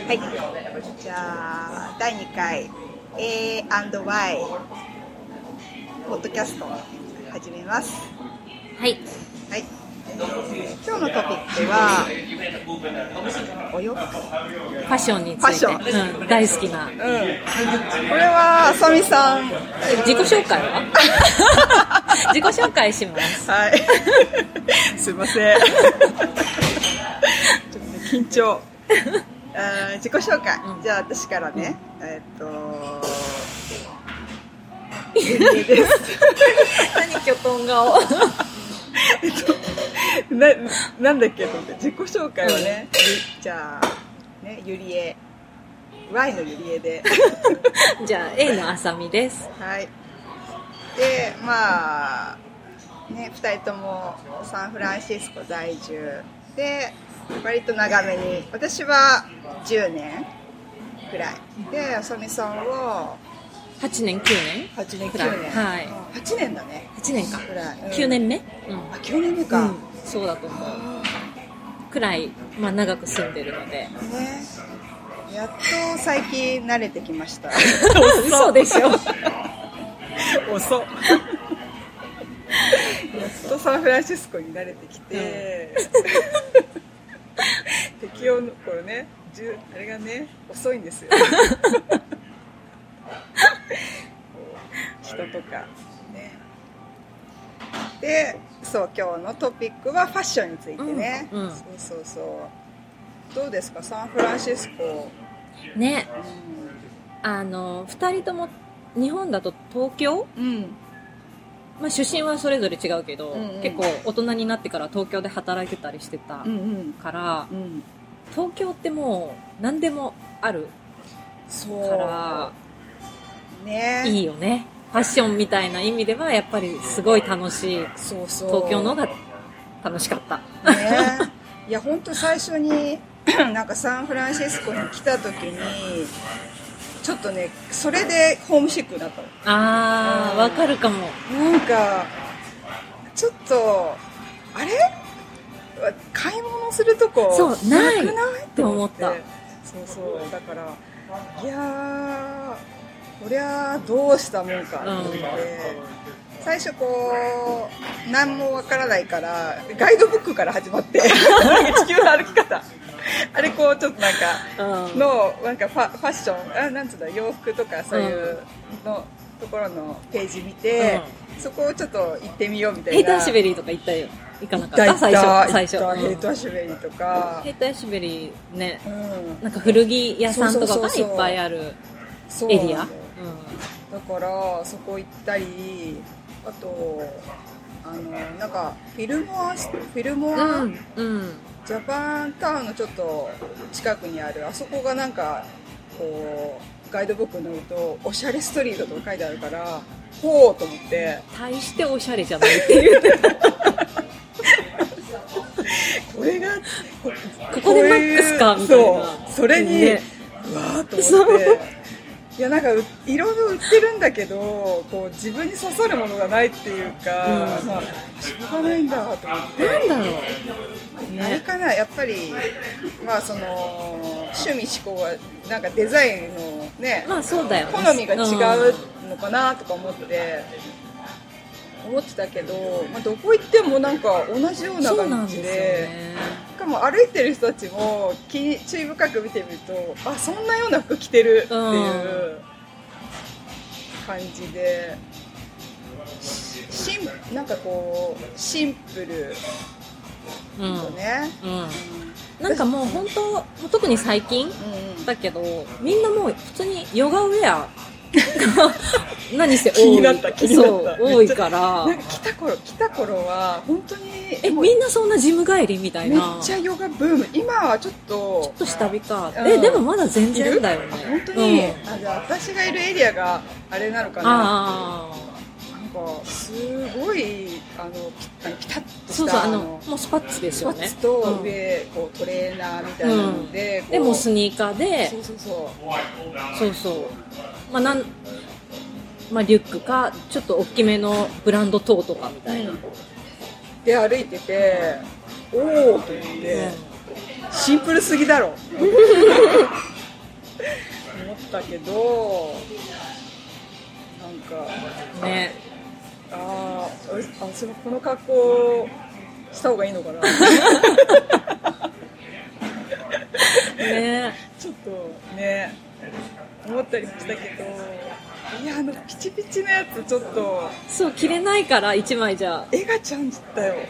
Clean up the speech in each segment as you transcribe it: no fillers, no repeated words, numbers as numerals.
はい、じゃあ第2回 A&Y ポッドキャスト始めます。 はい、 はい。今日のトピックはお洋服、ファッションについて、大好きな、 これはあさみさん自己紹介は自己紹介します。 はいすいませんちょっとね緊張自己紹介、じゃあ私からね、ゆりえです何きょとん顔なんだっけと思って自己紹介はね、じゃあねゆりえ Y のゆりえでじゃあ A のあさみです。 はい。でまあね2人ともサンフランシスコ在住で割と長めに、私は10年くらいで、あさみさんは 8年9年 8年9年、 はい、 8年だね。 8年かくらい、 9年目、 あ9年目か、 そうだと思うくらい、まあ、長く住んでるのでね。 やっと最近慣れてきました嘘でしょ遅っやっとサンフランシスコに慣れてきて、適応の頃ね、あれがね遅いんですよ人とかね。でそう今日のトピックはファッションについてね、そうどうですかサンフランシスコね、 2人とも日本だと東京、まあ、出身はそれぞれ違うけど、結構大人になってから東京で働いてたりしてたから、東京ってもう何でもあるからね、いいよね。ファッションみたいな意味ではやっぱりすごい楽しい。東京の方が楽しかったね。いや本当最初になんかサンフランシスコに来た時にちょっとねそれでホームシックになったの。 あー、わかるかも。 なんかちょっとあれ買い物するとこそうないって思った。 そうだからいやーこりゃどうしたもんかと思って、最初こう何もわからないからガイドブックから始まって地球の歩き方あれこうちょっとなんかのなんかファッションなんつうんだ洋服とかそういうのところのページ見て、そこをちょっと行ってみようみたいな。 ヘイトアシュベリーとか行ったよ。行かなかった最初ヘイトアシュベリーとか。 ヘイトアシュベリーね、なんか古着屋さんとかがいっぱいあるエリア。 だからそこ行ったり、あとなんかフィルモア、ジャパンタウンのちょっと近くにあるあそこがなんかこうガイドブックに載るとおしゃれストリートとか書いてあるからほうと思って、 大しておしゃれじゃないっていうこれがここでマックスかみたいな。 それに、ね、うわーと思っていやなんかいろいろ売ってるんだけどこう自分に刺さるものがないっていうか、まあしょうがないんだと思って。 なんだろう、 あれかな、やっぱりまあその趣味嗜好はなんかデザインのね、 まあそうだよね、 好みが違うのかなとか思ってたけど、まあ、どこ行ってもなんか同じような感じで、しかも歩いてる人たちも注意深く見てみるとあそんなような服着てるっていう感じで、なんかこうシンプルとね、 なんかもう本当特に最近だけど、みんなもう普通にヨガウェア何せ多いからなんか来た頃は本当にみんなそんなジム帰りみたいな。 めっちゃヨガブーム。今はちょっと下火か。でもまだ全然だよね。 本当に、じゃあ私がいるエリアがあれなのかな。なんかすごいピタッとしたもうスパッツですよね。 スパッツと上こうトレーナーみたいなので、 でもスニーカーでまあリュックかちょっと大きめのブランドトートかみたいな、 で歩いてておおと思って、シンプルすぎだろったけど、なんかね、 私もこの格好した方がいいのかなね、 ちょっとね思ったりもしたけど、いやピチピチのやつちょっとそう着れないから1枚じゃエガちゃんだよ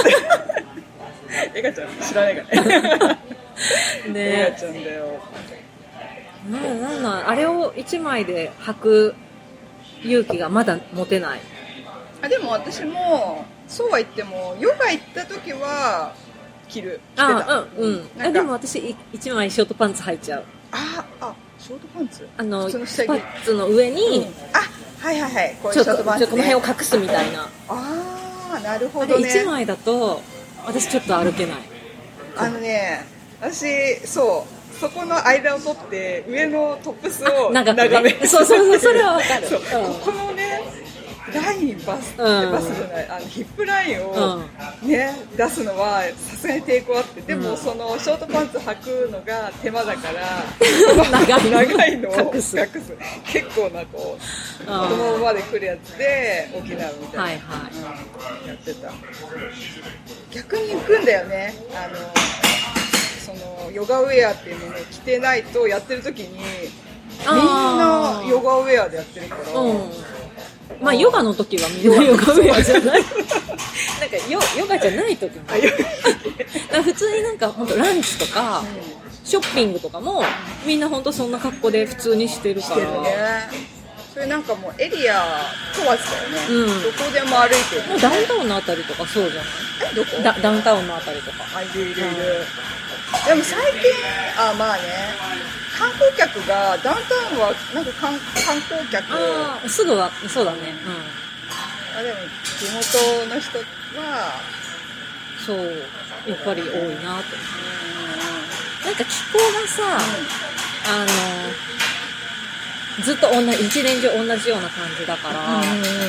エガちゃん知らないからねエガちゃんだよ。 あれを1枚で履く勇気がまだ持てない。 でも私もそうは言ってもヨガ行った時は着てた。 でも私1枚ショートパンツ履いちゃう。 ショートパンツ？ スパッツの上に、 はいはいはい、こういうちょっショートパンツ、 とこの辺を隠すみたいな。 なるほどね。 1枚だと私ちょっと歩けない。 私そこの間を取って上のトップスを眺めそうそれはわかる。 このねラインバスじゃないヒップラインをね出すのはさすがに抵抗あって、でもそのショートパンツ履くのが手間だから長いのを隠す結構なこのままで来るやつで補うみたいな、やってた。逆に行くんだよね、そのヨガウェアっていうものを着てないとやってる時にみんなヨガウェアでやってるから、 ヨガの時はみんなヨガウェアじゃないなんかヨガじゃない時も普通になんか本当ランチとか、ショッピングとかもみんな本当そんな格好で普通にしてるから。 それなんかもうエリア問わずだよね、どこでも歩いてる、 もうダウンタウンのあたりとかそうじゃない？ どこ？ ダウンタウンのあたりとか。 いる。でも最近まあね、観光客がダウンタウンはなんか観光客すぐはそうだね。 でも地元の人はそうやっぱり多いなと。なんか気候がさ、ずっと一年中同じような感じだから、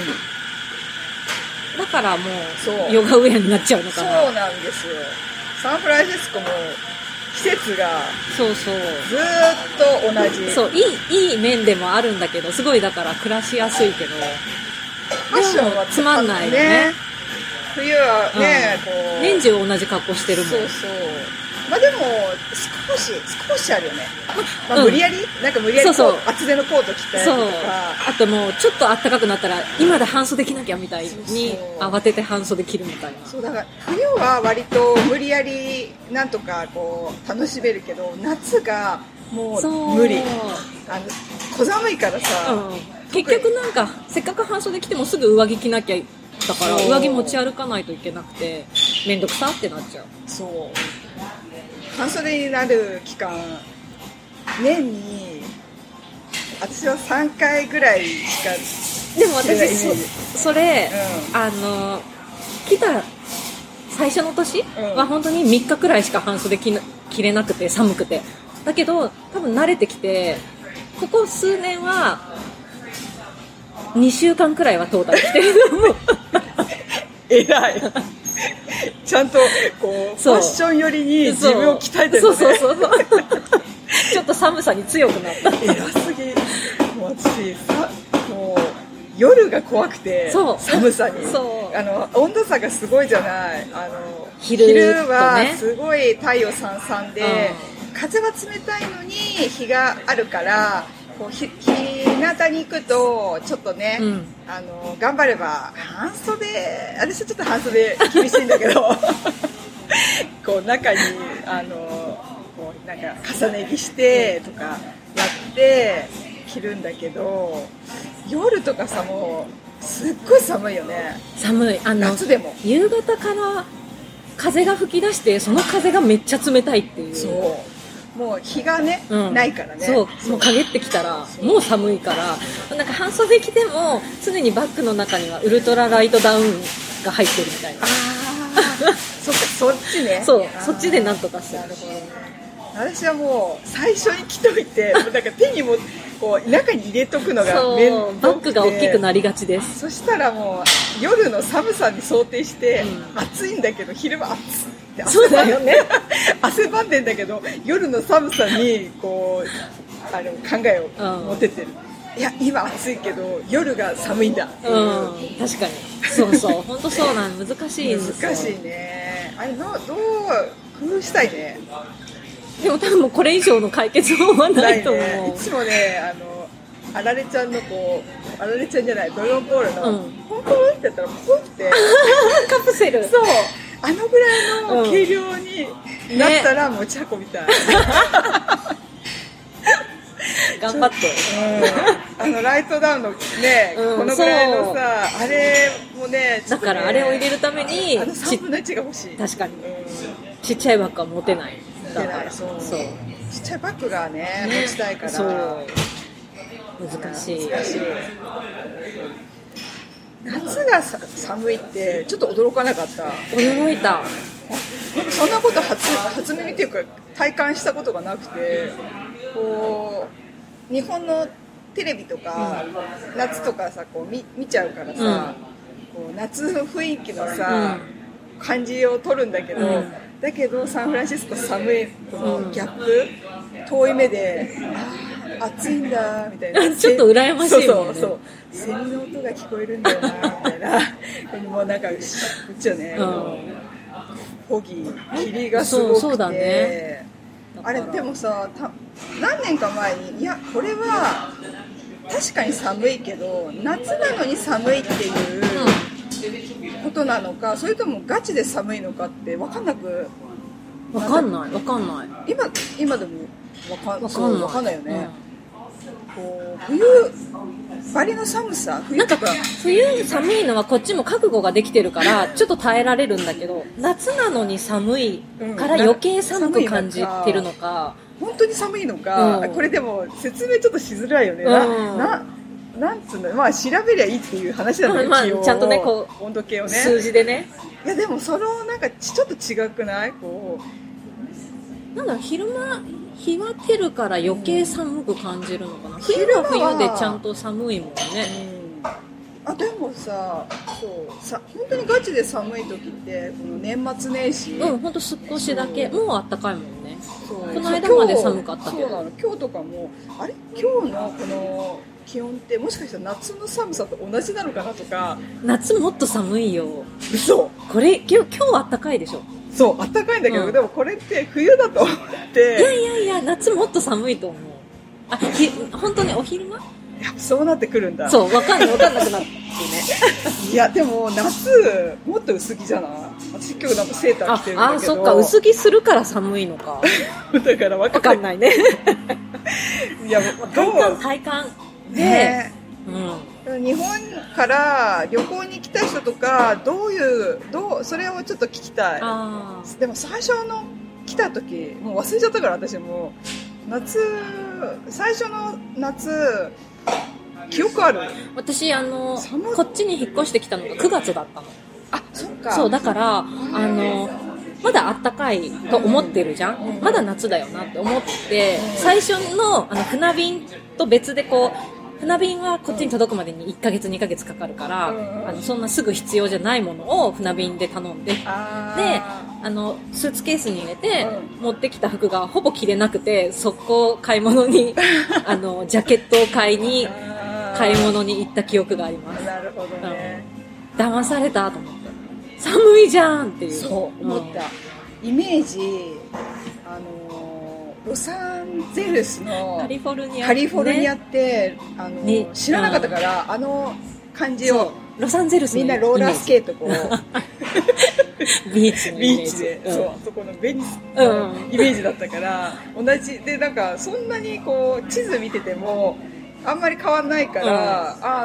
だからもうヨガウェアになっちゃうのかな。 そうなんですよ。サンフランシスコも季節がずーっと同じ。 そういい面でもあるんだけど、すごいだから暮らしやすいけど、 ファッションはつまんないよね。 冬はね、こう年中同じ格好してるもん。 そうでも少しあるよね。無理やり厚手のコート着たりとか、 あともうちょっと暖かくなったら今で半袖着なきゃみたいに慌てて半袖着るみたいな。 そうだから冬は割と無理やりなんとかこう楽しめるけど、夏がもう無理。小寒いからさ、 結局なんかせっかく半袖着てもすぐ上着着なきゃだから、上着持ち歩かないといけなくてめんどくさってなっちゃう。 半袖になる期間年に私は3回ぐらいしか。 でも私それ、来た最初の年は本当に3日くらいしか半袖着れなくて寒くて、だけど多分慣れてきてここ数年は2週間くらいはトータル着てる偉いちゃんとこうファッション寄りに自分を鍛えてるのね。 そうちょっと寒さに強くなった。 偉すぎ。もう私もう夜が怖くて、寒さに温度差がすごいじゃない。昼はすごい太陽さんさんで、風は冷たいのに日があるからこう日向に行くとちょっとね、頑張れば半袖、私はちょっと半袖厳しいんだけどこう中にこうなんか重ね着してとかやって着るんだけど、夜とかさもうすっごい寒いよね。 寒い。 夏でも夕方から風が吹き出してその風がめっちゃ冷たいっていう。 もう日がね、ないからね。 もう陰ってきたらもう寒いから、なんか半袖着ても常にバッグの中にはウルトラライトダウンが入ってるみたいな。 そっちね。 そっちでなんとかする。 なるほどね。私はもう最初に着といて、なんか手にもこう中に入れとくのが面倒くて、 バッグが大きくなりがちです。 そしたらもう夜の寒さに想定して、暑いんだけど昼は暑い。 そうだよね汗ばんでんだけど夜の寒さにこうあれ考えを持ててる、いや今暑いけど夜が寒いんだ、 確かにそうそう本当そうなん難しいんですよ。 難しいね。あれどう工夫したいね。 でも多分これ以上の解決法はないと思う、 ね、いつもねあられちゃんのあられちゃんじゃないドラゴンボールの、ポンポンってやったらポンってカプセルそうあのぐらいの軽量になったら持ち運びたい、 頑張って、 ライトダウンのね、このぐらいのさあれもねだからあれを入れるために 3分の1が欲しい。 確かに、ちっちゃいバッグは持てないだからそうちっちゃいバッグがね持ちたいから、 そう難しい。 夏が寒いってちょっと驚かなかった？ 驚いた。 そんなこと初耳っていうか体感したことがなくて、こう日本のテレビとか、夏とかさこう 見ちゃうからさ、こう夏の雰囲気のさ、感じを取るんだけど、だけどサンフランシスコ寒いこのギャップ、遠い目で暑いんだみたいなちょっと羨ましいもんね。 そうセミの音が聞こえるんだよなみたいなもうなんかこっちはね、フォギー霧がすごくて、 そうだね、 あれでもさ何年か前にいやこれは確かに寒いけど夏なのに寒いっていうことなのか、それともガチで寒いのかって分かんない今でも分かんないよね、こう冬バリの寒さなんか冬寒いのはこっちも覚悟ができてるからちょっと耐えられるんだけど、夏なのに寒いから余計寒く感じてるのか、 本当に寒いのか、これでも説明ちょっとしづらいよね、なんつうの、まあ調べりゃいいっていう話なんだよ、 ちゃんとねこう温度計をね数字でね。 いやでもそのなんかちょっと違くない？こうなんだろう、昼間日は照るから余計寒く感じるのかな。冬は冬でちゃんと寒いもんね、 でもさ本当にガチで寒い時ってこの年末年始本当少しだけもうあったかいもんね。この間まで寒かったけど、 そうなの今日とかも今日のこの気温ってもしかしたら夏の寒さと同じなのかなとか。 夏もっと寒いよ。 嘘。 これ今日あったかいでしょ。 そうあったかいんだけど、でもこれって冬だと思って。 いや夏もっと寒いと思う。本当にお昼間？ そうなってくるんだ。 そう分かんなくなってねいやでも夏もっと薄着じゃない？私今日なんかセーター着てるんだけど。 そっか薄着するから寒いのかだから分かんないねいや体感で、 ね、日本から旅行に来た人とかそれをちょっと聞きたい。でも最初の来た時もう忘れちゃったから私も最初の夏記憶ある？ 私こっちに引っ越してきたのが9月だったの。 そっか。 そうだからまだあったかいと思ってるじゃん、まだ夏だよなって思って、最初の船便と別でこう船便はこっちに届くまでに1ヶ月2ヶ月かかるから、そんなすぐ必要じゃないものを船便で頼んで、でスーツケースに入れて持ってきた服がほぼ着れなくて速攻買い物にジャケットを買い物に行った記憶があります。 なるほどね、 騙されたと思って、寒いじゃんっていう。 そう思った、イメージロサンゼルスのカリフォルニアって、知らなかったから感じをロサンゼルスみんなローラースケートこうビーチで、そうそこのベニスのイメージだったから同じで、なんかそんなにこう地図見ててもあんまり変わんないから、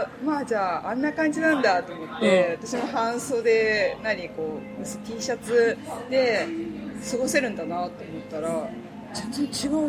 まあじゃああんな感じなんだと思って、私も半袖こう T シャツで過ごせるんだなと思ったら全然違うと思って、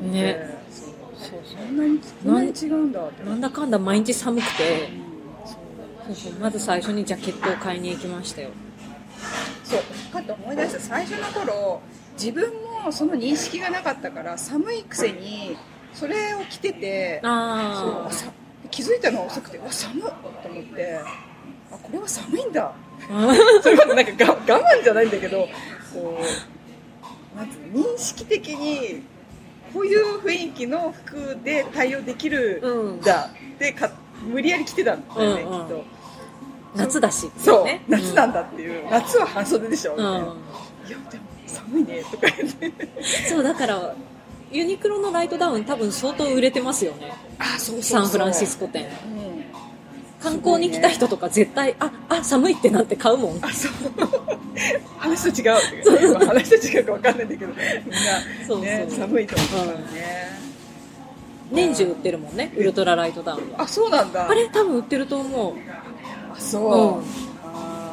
ね、 そんなに違うんだって。 なんだかんだ毎日寒くて、そうまず最初にジャケットを買いに行きましたよ。 そうかと思い出した。最初の頃自分もその認識がなかったから寒いくせにそれを着てて、気づいたのは遅くて寒っと思って、これは寒いんだそれまでなんか我慢じゃないんだけどこうなんていうの、認識的にこういう雰囲気の服で対応できるんだって無理やり着てたんだよね、きっと。 夏だし、 そう、夏なんだっていう、夏は半袖でしょみたいな、いやでも寒いねとか言ってそうだからユニクロのライトダウン多分相当売れてますよね。サンフランシスコ店、観光に来た人とか絶対寒いってなって買うもん。 そう話と違う話と違うか分かんないんだけど、みんなね寒いと思うからね。 年中売ってるもんね、ウルトラライトダウンは。 そうなんだ。 あれ多分売ってると思う。 そう、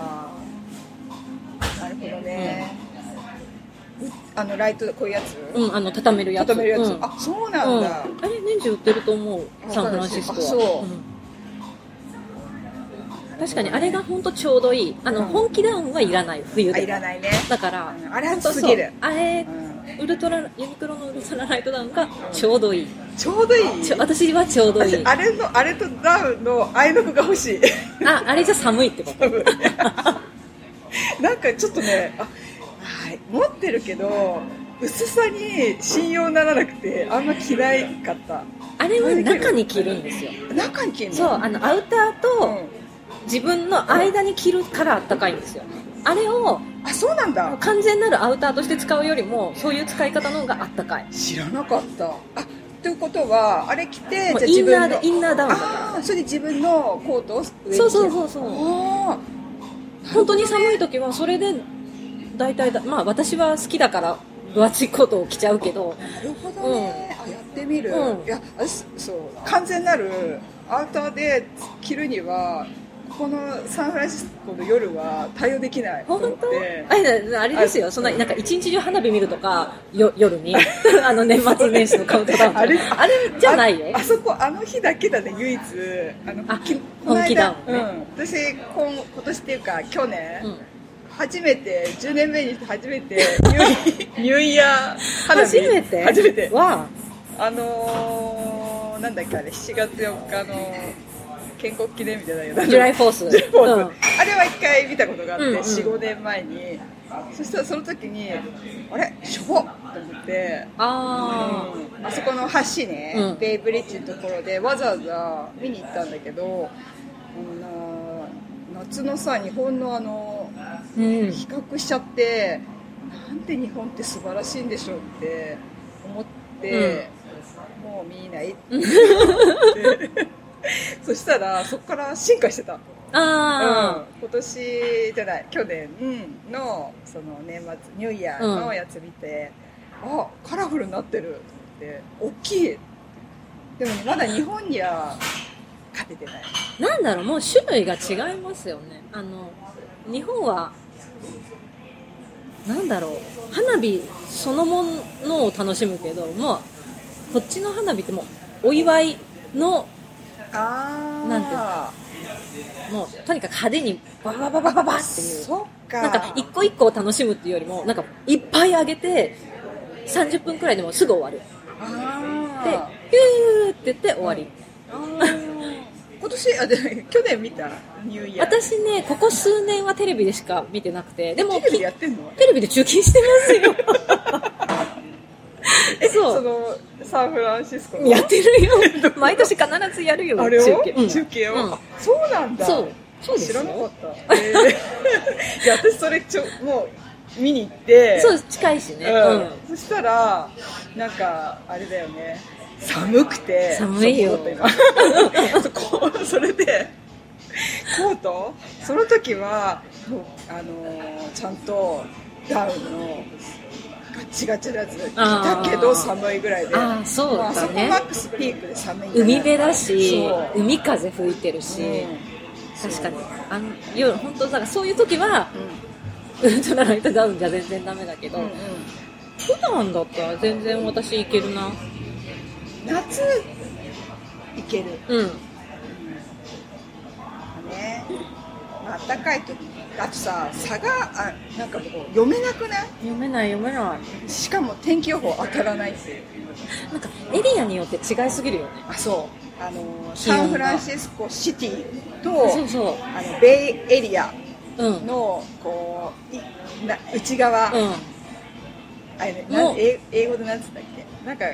なるほどね、ライトこういうやつ、 畳めるやつ、 そうなんだ、 あれ年中売ってると思う、サンフランシスコは。そう、確かにあれが本当ちょうどいい。本気ダウンはいらない、冬で。 いらないね。 だから、 あれ暑すぎる。 あれ、ユニクロのウルトラライトダウンがちょうどいい。 ちょうどいい。 私はちょうどいい。 あれとダウンの合いの子が欲しい。 あれじゃ寒いってこと。 なんかちょっとね、持ってるけど薄さに信用ならなくてあんま着ないかった。 あれは中に着るんですよ。 中に着るの？ そう、アウターと自分の間に着るからあったかいんですよ。あれをそうなんだ。 完全なるアウターとして使うよりもそういう使い方の方があったかい。 知らなかった。ということはあれ着てじゃインナーダウンだから。 それで自分のコートを上に着て。そう本当に寒い時はそれで大体私は好きだから分厚いコートを着ちゃうけど。 なるほどね、やってみる、いやそう完全なるアウターで着るにはこのサンフランシスコの夜は対応できないと思って。 あれですよ、なんか一日中花火見るとか夜に年末年始のカウントダウンとかあれじゃないよ。 あそこ日だけだね、唯一本気ダウンね。 私今年っていうか去年、初めて10年目にして初めてニューイヤー花火初めてわなんだっけあれ7月4日の建国記念日じゃないよ、 ジュライフォース、 あれは1回見たことがあって、4,5 年前に。そしたらその時にあれしょぼっと思って、あそこの橋ね、ベイブリッジのところでわざわざ見に行ったんだけど、夏のさ日本の比較しちゃって、なんて日本って素晴らしいんでしょうって思って、もう見ないってそしたらそこから進化してた。今年じゃない去年のその年末ニューイヤーのやつ見て、カラフルになってるって大きい。でも、まだ日本には勝ててない。 なんだろう、もう種類が違いますよね。日本はなんだろう、花火そのものを楽しむけど、もうこっちの花火ってもうお祝いのなんていうか、もうとにかく派手にババババババっていう、なんか一個一個を楽しむっていうよりもなんかいっぱいあげて30分くらいでもすぐ終わる。でヒューって言って終わり。 今年去年見たニューイヤー。 私ね、ここ数年はテレビでしか見てなくて、でもテレビでやってんの？ テレビで中継してますよ。 そのサンフランシスコのやってるよ。毎年必ずやるよ。 あれを中継を、そうなんだ。 そうです知らなかった。いや私それもう見に行って、 そう近いしね。 そしたらなんかあれだよね。寒くて寒いよ。 それでコートその時はちゃんとダウンのガチガチなやつ着たけど寒いぐらいで、 そうだね。 そこマックスピークで寒い。 海辺だし、海風吹いてるし、確かに本当だからそういう時は、ウルトラライトダウンじゃ全然ダメだけど、普段だったら全然私いけるな。 夏いける。ね、暖かい時、あとさ、差がなんかもう読めなくない？ 読めない。 しかも天気予報当たらないっていう。 なんかエリアによって違いすぎるよね。 そう。サンフランシスコシティとベイエリアのこう内側、 あれね、英語でなんつったっけ、なんか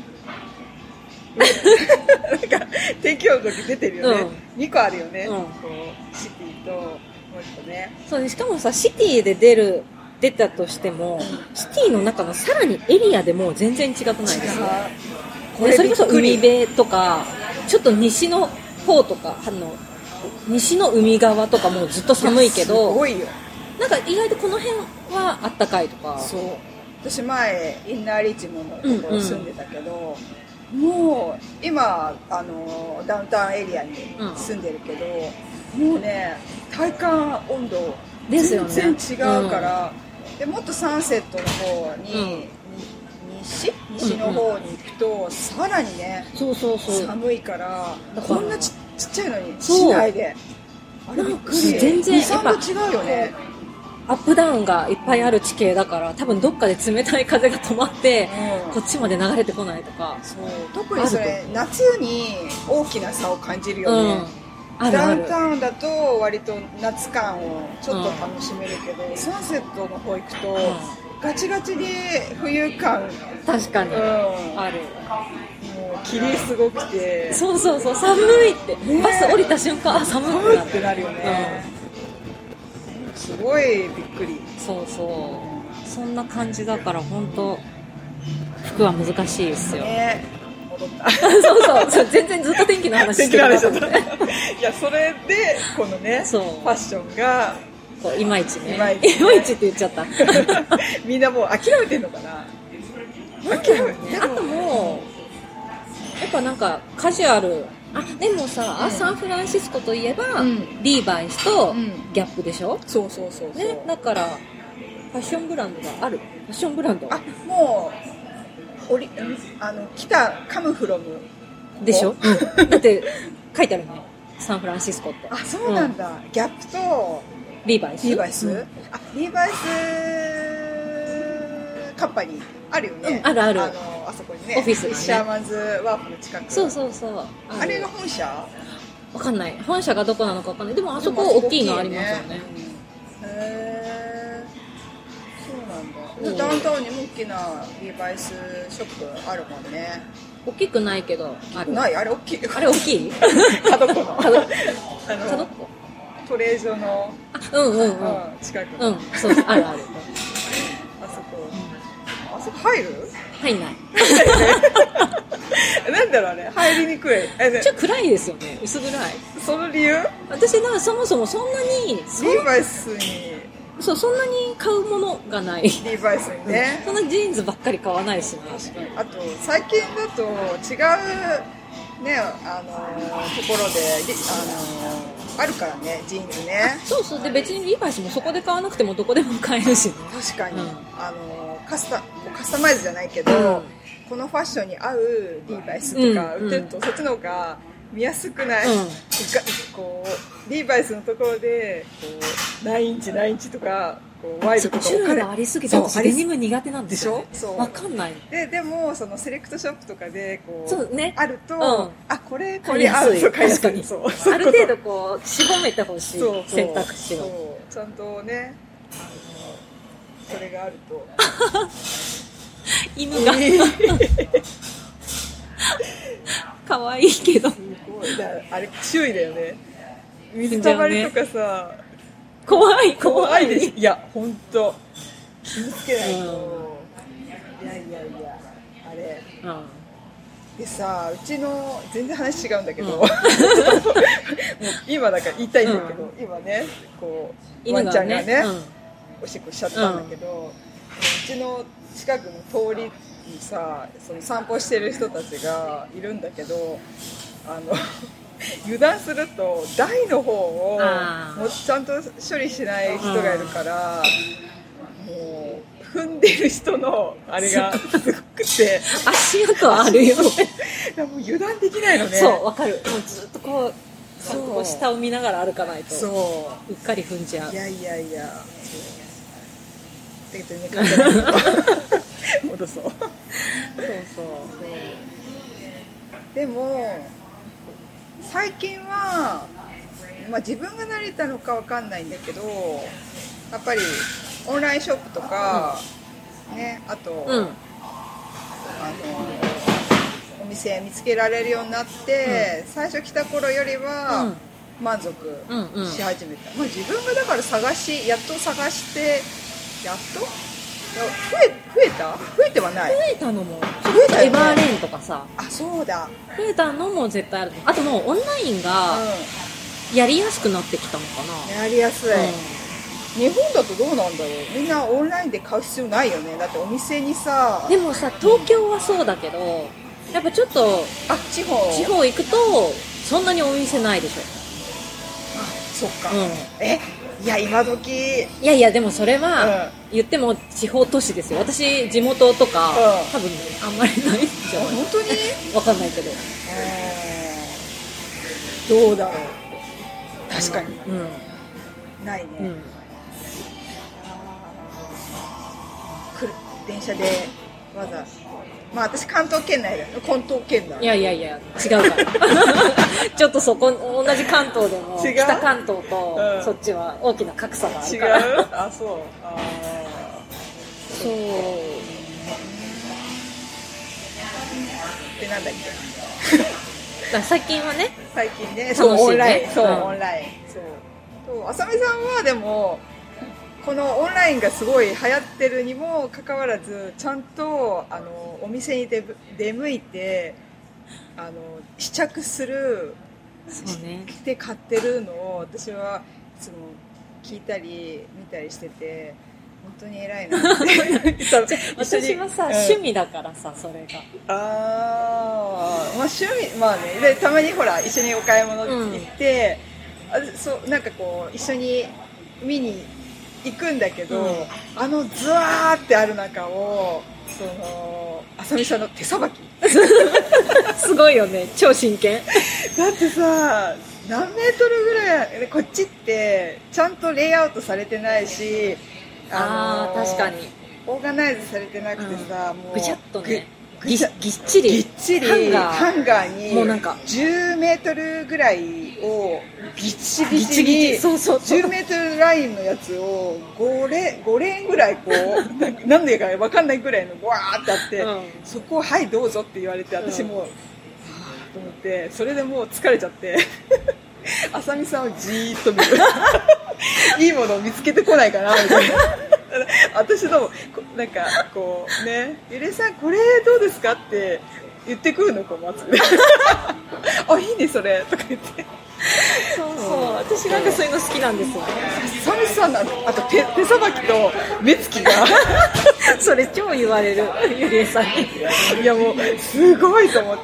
天気予報の時出てるよね、2個あるよね、こうシティともう1個ね。 そうね、しかもさ、シティで出たとしても、シティの中のさらにエリアでも全然違くないですか。それこそ海辺とかちょっと西の方とか西の海側とかもずっと寒いけど、 すごいよ。 なんか意外とこの辺はあったかいとか。 そう、私前インナーリッチモンドのところ住んでたけど、もう今ダウンタウンエリアに住んでるけど、もうね体感温度全然違うから、でもっとサンセットの方に、西の方に行くとさらにね、寒いから、こんなちっちゃいのに市内であれびっくり、 全然 2、3度違うよね。 アップダウンがいっぱいある地形だから、多分どっかで冷たい風が止まって、こっちまで流れてこないとか。 そう、特にそれ夏に大きな差を感じるよね。ダウンタウンだと割と夏感をちょっと楽しめるけど、サンセットの方行くと、ガチガチに冬感、 確かに、ある。 もう霧すごくて、 そう寒いって、バス降りた瞬間、寒いってなるよね。すごいびっくり。 そんな感じだから、本当服は難しいですよ。 戻ったそう全然ずっと天気の話してるいや、それでこのねファッションがこういまいちって言っちゃったみんなもう諦めてんのかな。 諦めて、あともうやっぱなんかカジュアル、でもさ、サンフランシスコといえば、リーバイスとギャップでしょ。 そうね、だからファッションブランドがある。ファッションブランド、 もう来たカムフロムでしょ、だって書いてあるね、サンフランシスコって。 そうなんだ、ギャップとリーバイス、 リーバイスカンパニーあるよね。 あるあそこにね、 オフィスがね、 シャーマンズワーフの近く。 そうあれが本社？ わかんない、本社がどこなのかわかんない。でもあそこ大きいのありますよね。 そうなんだ。ダウンタウンにも大きなリーバイスショップあるもんね。 大きくないけどある。 ないあれ大きい。 あれ大きい？ 角っこの。角っこ。 トレージョの近くの。 そうある。 あそこ入る？ 入んない。 なんだろうね、入りにくい。 ちょっと暗いですよね、薄暗い。 その理由？ 私なんかそもそもそんなにリーバイスにそんなに買うものがない。リーバイスにね。 そんなジーンズばっかり買わないしね。 確かに。あと最近だと違うねところであるからね、ジーンズね。 そうで、別にリーバイスもそこで買わなくてもどこでも買えるしね。 確かに、カスタマイズじゃないけど、このファッションに合うリーバイスとか売ってると、そっちの方が見やすくない？こうリーバイスのところでこう何インチとかこうワイドとか種類がありすぎて、私デニム苦手なんですよね。 でしょ？ わかんない。 でもそのセレクトショップとかでこう、あると、これ合うとか、確かにある程度こう絞めてほしい、選択肢をちゃんとね、それがあると犬が可愛いけど、すごいあれ注意だよね。水たまりとかさ、 怖いでしょ。いや本当気をつけないと、いやあれ、でさ、うちの全然話違うんだけど、もう今だから言いたいんだけど、今ねこうワンちゃんがね、おしっこしちゃったんだけど、うちの近くの通りにさ、その散歩してる人たちがいるんだけど、油断すると台の方をもうちゃんと処理しない人がいるから、もう踏んでる人のあれがすごくて足跡あるよね。 もう油断できないのね。 そう、わかる。もうずっとこう下を見ながら歩かないと、うっかり踏んじゃう。 いやだけどね、簡単に戻そう。でも最近は、自分が慣れたのかわかんないんだけど、やっぱりオンラインショップとか、 ね、あと、 うん、 お店見つけられるようになって、うん、最初来た頃よりは満足し始めた、まあ、自分がだからやっと探してやっと増えてはない。 増えたのも増えたよね。エバーレーンとかさ、 あ、そうだ、 増えたのも絶対ある。あともうオンラインがやりやすくなってきたのかな。 やりやすい、日本だとどうなんだろう。みんなオンラインで買う必要ないよね。だってお店にさ。 でもさ、東京はそうだけど、やっぱちょっと地方行くとそんなにお店ないでしょ。 あ、そっか、いや今時いやでもそれは言っても地方都市ですよ。私地元とか、多分あんまりないんじゃない。 本当にわかんないけど、 どうだろう。確かに、ないね、電車でわざ、まあ私関東圏内だよ。関東圏内。 いや違うからちょっとそこ同じ関東でも北関東とそっちは大きな格差があるから。 違うあ、そう、そうで、なんだっけ最近はね、 そうオンライン、そう、オンライン、そうあさみさんはでもこのオンラインがすごい流行ってるにもかかわらず、ちゃんとお店に出向いて試着する、 そうね、 して買ってるのを私はいつも聞いたり見たりしてて、本当に偉いなって私はさ、趣味だからさ、それがまあ趣味、まあね、でたまにほら一緒にお買い物行って、そうなんかこう一緒に見に行くんだけど、ズワーってある中をあさみさんの手さばきすごいよね、超真剣だってさ、何メートルぐらい、こっちってちゃんとレイアウトされてないし、 確かにオーガナイズされてなくてさ、もうぐちゃっとね、ぎっちりハンガーにもうなんか 10メートルぐらいをビチビチに10メートルラインのやつを5レーンぐらいこう何でか分かんないぐらいのワーってあって、そこをはいどうぞって言われて、私もはぁと思って、それでもう疲れちゃってあさみさんをじーっと見るいいものを見つけてこないかなみたいな私のなんかこうね、ゆりえさんこれどうですかって言ってくるの、こう待つあ、いいねそれとか言って、 そう私なんかそういうの好きなんですよね。 サミさんのあと手さばきと目つきがそれ超言われる、ゆりえさんに。 いやもうすごいと思って、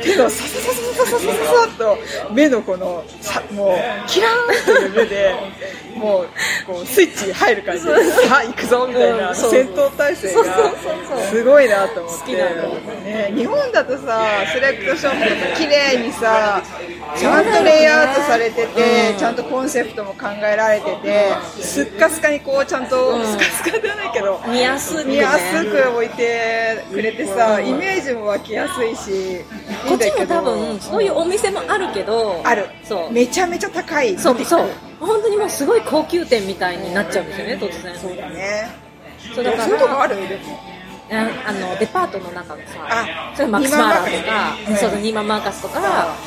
手のササササササササと目のこのもうキラーンという目でもうこうスイッチ入る感じで、さあ行くぞみたいな戦闘態勢がすごいなと思って。ね、日本だとさ、セレクトショップとか綺麗にさ、ちゃんとレイアウトされてて、ちゃんとコンセプトも考えられてて、スッカスカにこうちゃんと、スカスカじゃないけど見やすく置いてくれてさ、イメージも湧きやすいし、 こっちも多分そういうお店もあるけど、 そうめちゃめちゃ高い、 そう本当にもうすごい高級店みたいになっちゃうんですよね、突然。 そうだね。 そうだからそういうとこある？でもデパートの中のさ、それマックスマーラーとか、そうニーマンマーカスとか、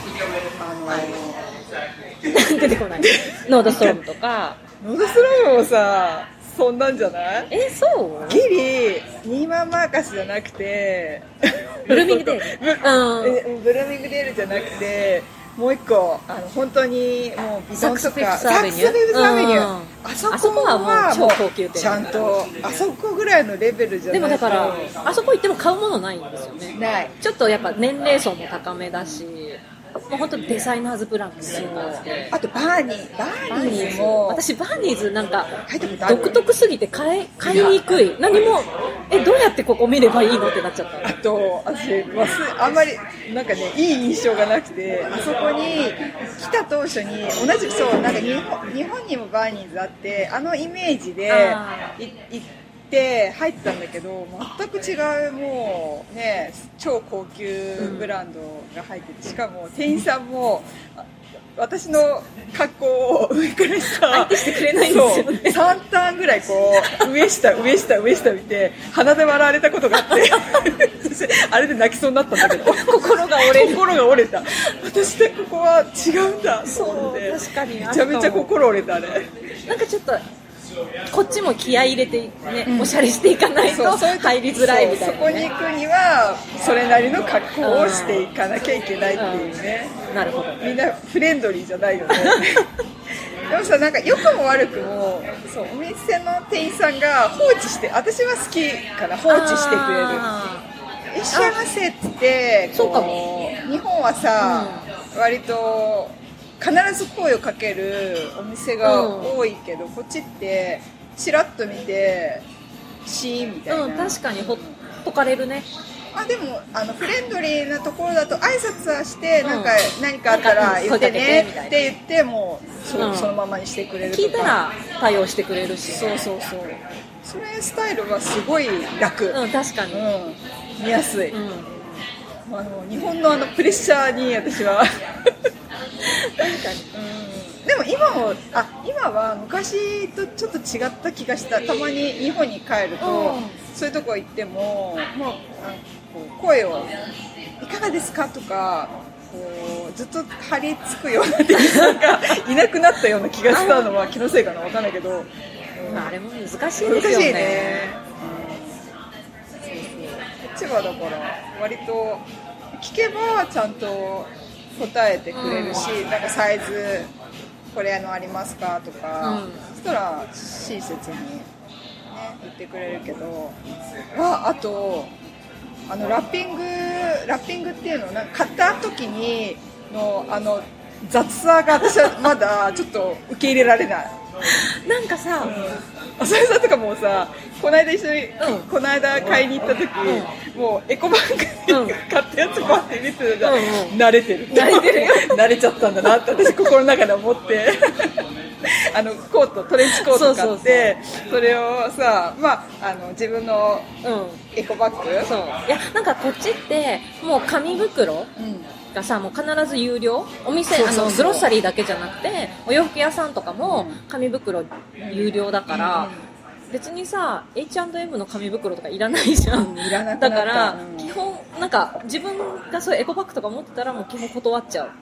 出てこないノードストロームとか。 ノードストロームもさ、そんなんじゃない？ そうギリニーマンマーカスじゃなくてブルーミングデール、 ブルーミングデールじゃなくて、もう一個本当にもうビトンとかサックスフィフスアベニュー、あそこはもう超高級店、ちゃんとあそこぐらいのレベルじゃないと。 でもだからあそこ行っても買うものないんですよね。 ない。 ちょっとやっぱ年齢層も高めだし、もう本当にデザイナーズブランドみたいな感じで。 あとバーニーズも、 私バーニーズなんか独特すぎて買いにくい。何もどうやってここ見ればいいのってなっちゃった。 あと私あんまりなんかね、いい印象がなくて、あそこに来た当初に同じくそうなんか日本にもバーニーズあって、あのイメージで行って入ったんだけど、全く違う、もうね、超高級ブランドが入ってて、しかも店員さんも私の格好を上から下相手してくれないんですよね。 3ターンぐらいこう上下見て鼻で笑われたことがあってあれで泣きそうになったんだけど心が折れた。私でここは違うんだと思って、 確かにめちゃめちゃ心折れた。あれなんかちょっとこっちも気合い入れてね、おしゃれしていかないと入りづらいみたいな、ね、 そこに行くにはそれなりの格好をしていかなきゃいけないっていうね。 なるほど。 みんなフレンドリーじゃないよねでもさ、なんか良くも悪くもそう、お店の店員さんが放置して、私は好きから放置してくれる。いらっしゃいませって言ってそうかも。 日本はさ、割と必ず声をかけるお店が多いけど、こっちってチラッと見てシーンみたいな、 確かにほっとかれるね。 でもフレンドリーなところだと挨拶はして、なんか何かあったら言ってねって言ってもそのままにしてくれるとか、 聞いたら対応してくれるし、 そうそれスタイルはすごい楽、 確かに、 見やすい、日本のプレッシャーに私は確かに、でも今は昔とちょっと違った気がした。たまに日本に帰ると、そういうとこ行っても、もう声をいかがですかとかこうずっと張り付くような店員さんがいなくなったような気がしたのは気のせいかな、分かんないけど、 あれも難しいですよね。 難しいね。こっちはだから割と聞けばちゃんと答えてくれるし、なんかサイズこれありますかとか、そしたら親切に、ね、言ってくれるけど、あとラッピングっていうのをなんか買った時にの雑さが私はまだちょっと受け入れられない。 なんかさ、 浅井さんとかもさ、この間一緒に、この間買いに行った時、もうエコバッグ買ったやつバって見てるのが、慣れてる慣れちゃったんだなって私心の中で思ってトレンチコート買って、それをさ、自分のエコバッグ、 いやなんかこっちってもう紙袋がさ、もう必ず有料。お店グロッサリーだけじゃなくてお洋服屋さんとかも紙袋有料だから、別にさ H&M の紙袋とかいらないじゃん、 いらなくなった。 だから、基本なんか自分がそういうエコバッグとか持ってたらもう基本断っちゃう。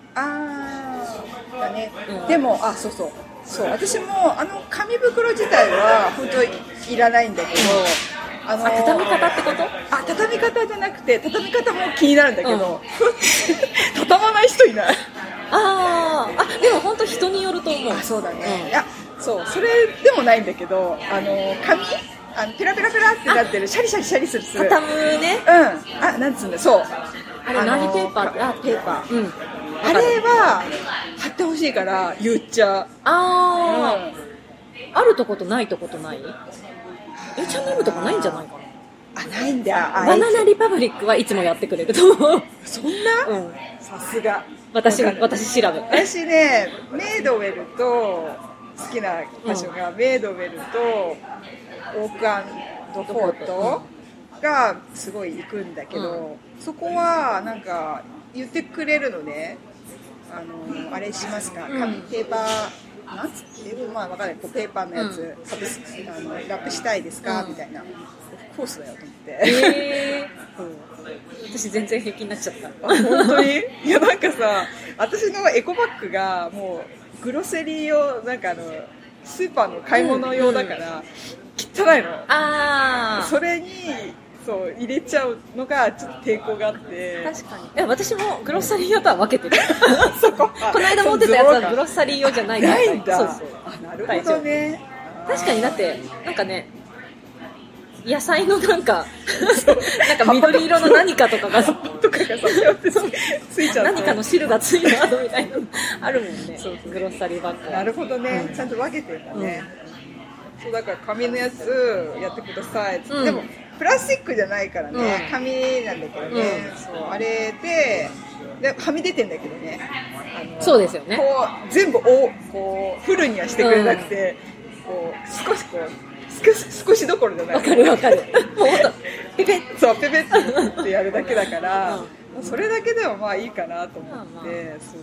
だね、でもそう私も紙袋自体は本当いらないんだけど、 畳み方ってこと？ 畳み方じゃなくて、畳み方も気になるんだけど、畳まない人いない。 でも本当人によると思う。 そうだね、いやそれでもないんだけど、紙ペラペラペラってなってるシャリシャリする畳むね。 なんつうんだ、そう、 あれ何ペーパー？ペーパー。 あれは貼ってほしいから言っちゃう。 あるとことないとことない。H&M とかないんじゃないかな。 ないんだ。 バナナリパブリックはいつもやってくれると思う。 そんな？さすが。 私調べ。 私ね、メイドウェルと好きな場所が、メイドウェルとオークアンドフォートがすごい行くんだけど、そこはなんか言ってくれるのね。あれしますか？ペーパー。なんつって分かんない、ペーパーのやつ、ラップしたいですか、みたいな。コースだよと思って、 私全然平気になっちゃった。 本当に？いやなんかさ、私のエコバッグがもうグロセリー用、なんかスーパーの買い物用だから汚いの。それに入れちゃうのがちょっと抵抗があって。確かに。いや私もグロッサリー用とは分けてる。この間持ってたやつはグロッサリー用じゃないから。 ないんだ。なるほどね。 確かに、だってなんかね、野菜のなんか緑色の何かとかがついちゃう、何かの汁がついた後みたいなのあるもんね。グロッサリーバッグ。 なるほどね、ちゃんと分けてるんだね。そうだから紙のやつやってください。でもプラスチックじゃないからね、紙なんだけどね、あれではみ出てんだけどね、 そうですよね。 全部こうフルにはしてくれなくて、少し少しどころじゃない。 わかるわかる。もうほんとペペッ、 そうペペッってやるだけだから、それだけでもまあいいかなと思って、そう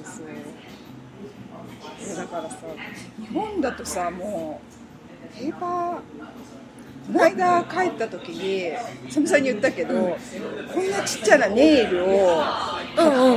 そう。だからさ、日本だとさ、もうペーパー、この間帰った時にサムさんに言ったけど、こんなちっちゃなネイルを買って、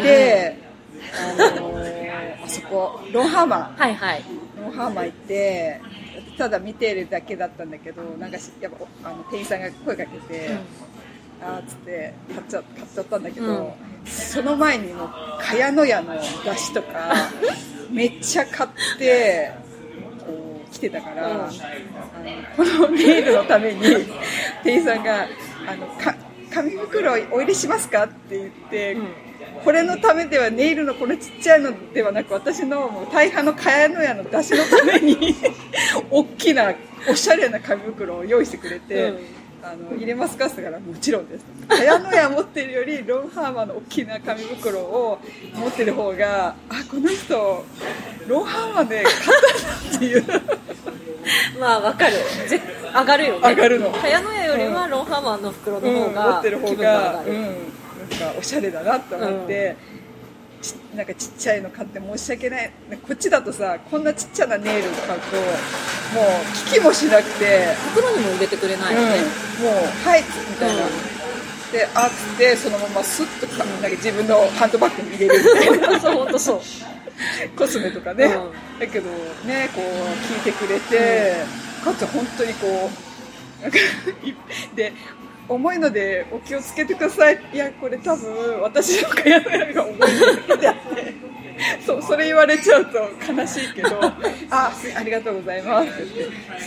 あそこロンハーマン、 はいはい、 ロンハーマン行ってただ見てるだけだったんだけど、なんかやっぱ店員さんが声かけて、あーっつって買っちゃったんだけど、その前にも茅野屋の出汁とかめっちゃ買ってこう来てたから、このネイルのために店員さんが紙袋お入れしますかって言って、これのためではネイルのこのちっちゃいのではなく、私のもう大半の茅野屋の出汁のために大きなおしゃれな紙袋を用意してくれて、入れますかって言ったからもちろんです。茅野屋持ってるよりロンハーマンの大きな紙袋を持ってる方が、この人ロンハーマンで買ったっていうまあわかる、上がるよね。 上がるの。 茅野屋よりはロンハーマンの袋の方が、 持ってる方がなんかおしゃれだなと思って、なんかちっちゃいの買って申し訳ない。こっちだとさ、こんなちっちゃなネイル買うともう聞きもしなくて、 袋にも入れてくれないよね、 もうはいみたいな、であってそのままスッとなんか自分のハンドバッグに入れるみたいなそう本当そうコスメとかね、だけどね、こう聞いてくれて、かつ本当にこうなんかで、重いのでお気をつけてください。いやこれ多分私の茅野屋が重いのであってそれ言われちゃうと悲しいけどありがとうございますって言って、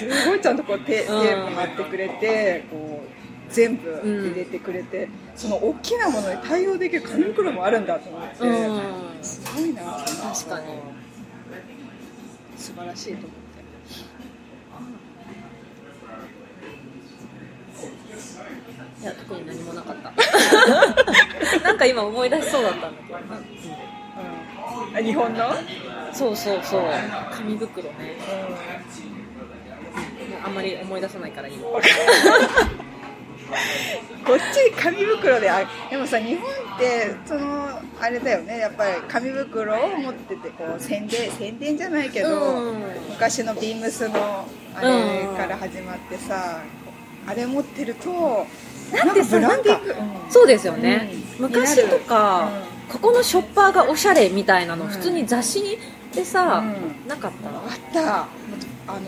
すごいちゃんとこうテープ貼ってくれて、こう全部入れてくれて、その大きなものに対応できる紙袋もあるんだと思って、すごいな。 確かに素晴らしいと思って。 いや特に何もなかったなんか今思い出しそうだったんだけど、 日本のそう紙袋ね、あんまり思い出さないからいいこっち紙袋で、でもさ日本ってあれだよね、やっぱり紙袋を持っててこう宣伝じゃないけど、昔のビームスのあれから始まってさ、あれ持ってるとなんてさ、なんかそうですよね、昔とか、ここのショッパーがおしゃれみたいなの、普通に雑誌でさ、なかった？ あった、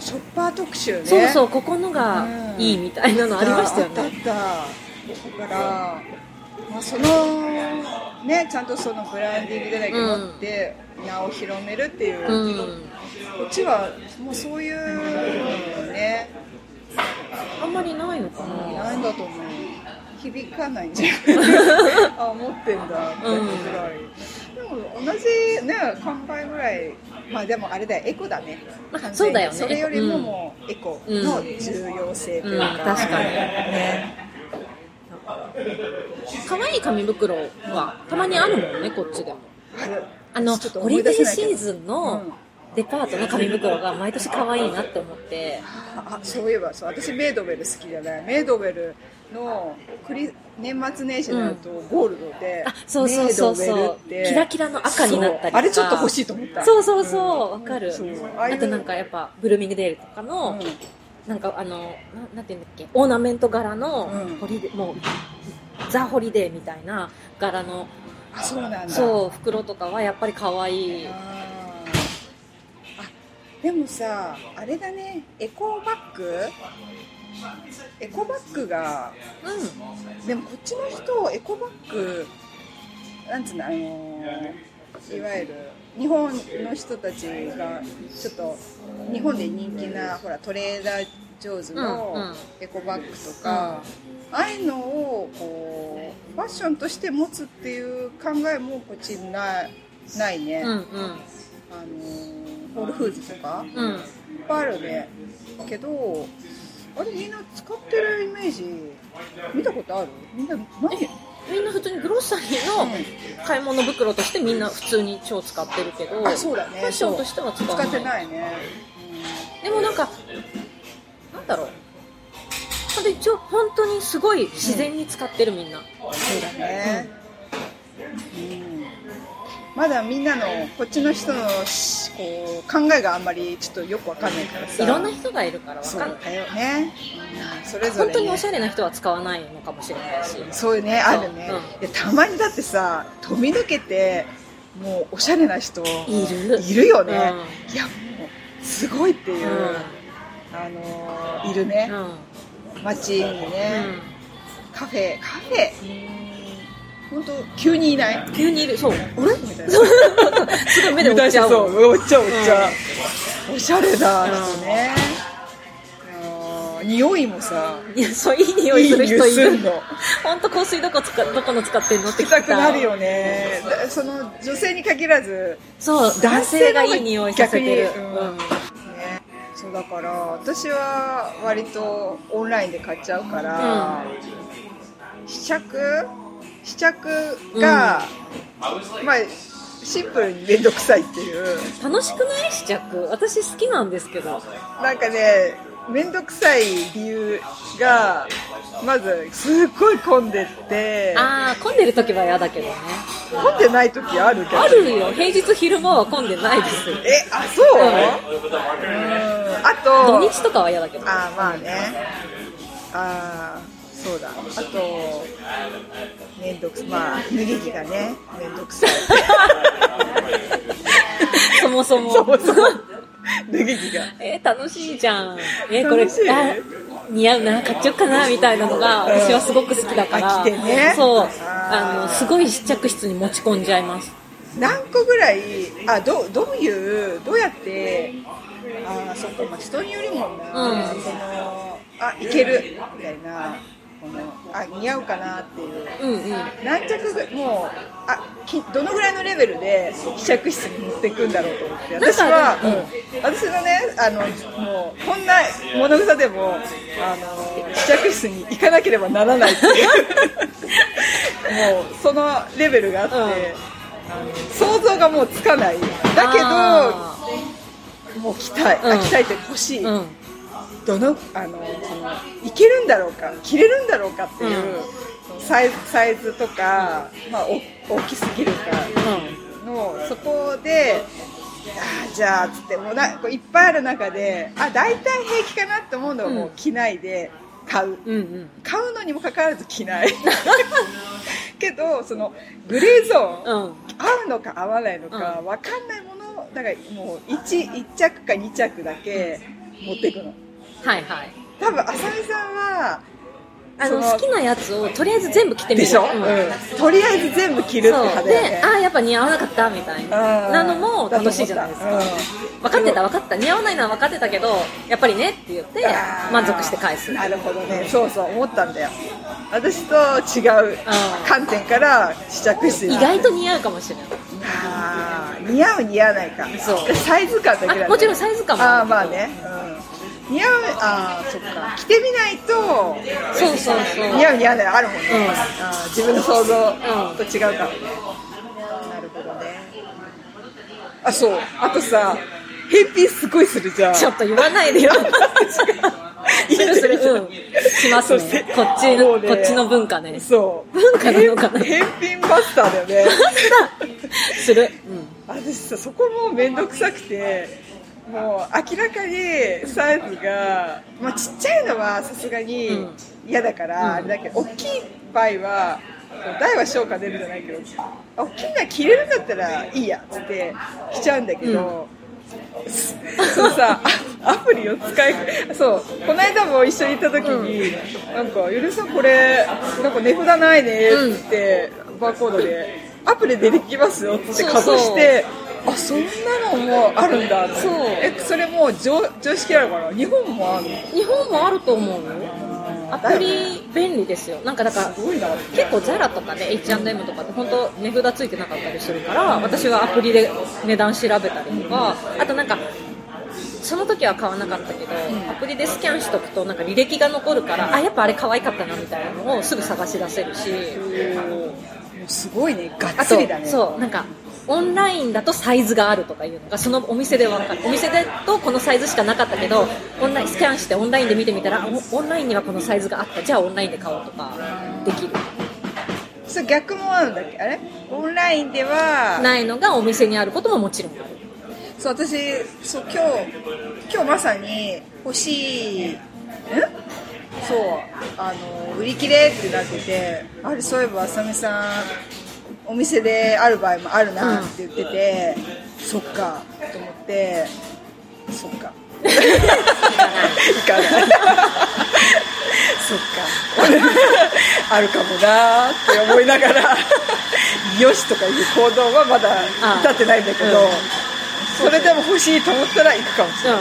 ショッパー特集ね。 そうここのがいいみたいなのありましたよね。 あった。だから、そのね、ちゃんとそのブランディングでだけ持って名を広めるっていう、こっちはもうそういうのね、 あんまりないのかな。 ないんだと思う。響かないんじゃない思ってんだってぐらい、でも同じね考えぐらい、まあでもあれだよ、エコだね。 そうだよね。 それよりももうエコの重要性というか、 確かにね。可愛い紙袋はたまにあるもんね、こっちでも。ホリデーシーズンのデパートの紙袋が毎年可愛いなって思って。 そういえば私メイドウェル好きじゃない。メイドウェルの年末年始になるとゴールドで、 そうキラキラの赤になったりとか、 あれちょっと欲しいと思った。 そうわかる。あとなんかやっぱブルーミングデールとかの、なんかなんていうんだっけ、オーナメント柄のホリデー、もうザ・ホリデーみたいな柄の、 そうなんだ。 袋とかはやっぱり可愛い。 でもさ、あれだね、エコバッグが、でもこっちの人エコバッグなんつうの、いわゆる日本の人たちがちょっと日本で人気なほらトレーダージョーズのエコバッグとか、ああいうのをこうファッションとして持つっていう考えもこっちないね。ホールフーズとか、いっぱいあるね。けどあれみんな使ってるイメージ見たことある？みんな普通にグロッサリーの買い物袋としてみんな普通に超使ってるけど、 そうだね、 ファッションとしては使ってないね。 でもなんかなんだろう、 で本当にすごい自然に使ってるみんな、 そうだね、まだみんなのこっちの人のこう考えがあんまりちょっとよくわかんないからさ、 いろんな人がいるからわかんない。 そうだよね、それぞれ、ね、 本当におしゃれな人は使わないのかもしれないし、 そういうね、あるね、でたまにだってさ飛び抜けてもうおしゃれな人いるよね、いやもうすごいっていう、いるね、街にね、カフェ本当急にいない？ 急にいる。そう。あれ？みたいな。すごい目で追っちゃう。 そう、追っちゃう。おしゃれだ人ね。匂いもさ、 いや、そう、いい匂いする人いるの。 本当香水どこの使ってんのって聞きたくなるよね。その女性に限らず、 そう、男性がいい匂いさせてる。 そうだから私は割とオンラインで買っちゃうから、試着が、まあシンプルに面倒くさいっていう。 楽しくない？試着私好きなんですけど、 なんかね面倒くさい理由がまずすっごい混んでって混んでる時は嫌だけどね。 混んでない時あるけど、 あるよ。平日昼間は混んでないです。 そう、あと土日とかは嫌だけど。 まあね、そうだ、あとめんどくさい、まあ脱ぎ着がねめんどくさいそもそも脱ぎ着が楽しいじゃん。これ似合うな、買っちゃおうかなみたいなのが私はすごく好きだから、 着てね、 そう、すごい試着室に持ち込んじゃいます。 何個ぐらいどうやってそっか、まあ、人によるもんな、いけるみたいな、似合うかなっていう、何着ぐもうどのぐらいのレベルで試着室に持っていくんだろうと思って、私は、私のねもうこんな物草でも試着室に行かなければならないっていうもうそのレベルがあって、想像がもうつかない。だけどもう着たいって欲しい、いけるんだろうか、着れるんだろうかっていう、サイズとか、大きすぎるかの、そこでじゃあつってもういっぱいある中で大体平気かなって思うのはもう着ないで買う、買うのにもかかわらず着ないけどそのグレーゾーン、合うのか合わないのか分かんないものだからもう 1着か2着だけ持っていくの。 はいはい。 多分あさみさんは好きなやつをとりあえず全部着てみるでしょ、とりあえず全部着るって派だよね。 でやっぱ似合わなかったみたいなのも楽しいじゃないですか。分かった似合わないのは分かってたけどやっぱりねって言って満足して返す。 なるほどね、そう思ったんだよ。私と違う観点から試着して意外と似合うかもしれない。 似合う似合わないか、そうサイズ感だけだね。 もちろんサイズ感もまあね、似合う、そっか、着てみないとそう似合う似合わないあるもんね、自分の想像と違うから、なるほどね。そうあとさ、返品すごいするじゃん。 ちょっと言わないでよするしますね。こっちの文化ね。 そう文化なのかな。 返品マスターだよねする、 私さ、そこもめんどくさくて、もう明らかにサイズが、ちっちゃいのはさすがに嫌だからあれだけど、大きい場合は大は小か出るじゃないけど、大きいのは着れるんだったらいいやっつって着ちゃうんだけど、そうさ、アプリを使い、この間も一緒に行った時に、なんかゆるさんこれなんか値札ないねってバーコードでアプリでできますよってかざして、そんなのもあるんだって。それもう常識あるから。日本もある？ 日本もあると思うよ。アプリ便利ですよ。なんかだから結構ザラとかね H&M とかって本当値札ついてなかったりするから、私はアプリで値段調べたりとか、あとなんかその時は買わなかったけど、アプリでスキャンしとくとなんか履歴が残るから、やっぱあれ可愛かったなみたいなのをすぐ探し出せるし、 すごいね、がっつりだね。 そうなんかオンラインだとサイズがあるとかいうのがそのお店で分かる。お店だとこのサイズしかなかったけど、オンラインスキャンしてオンラインで見てみたら、オンラインにはこのサイズがあった、じゃあオンラインで買おうとかできる。 そう、逆もあるんだっけ、あれオンラインではないのがお店にあることももちろんある。 そう、私そう今日まさに欲しいそう売り切れってなってて、あれそういえばあさみさんお店である場合もあるなって言ってて、そっかと思って、そっか行かないそっかあるかもなって思いながらよしとかいう行動はまだ至ってないんだけど、それでも欲しいと思ったら行くかもしれない、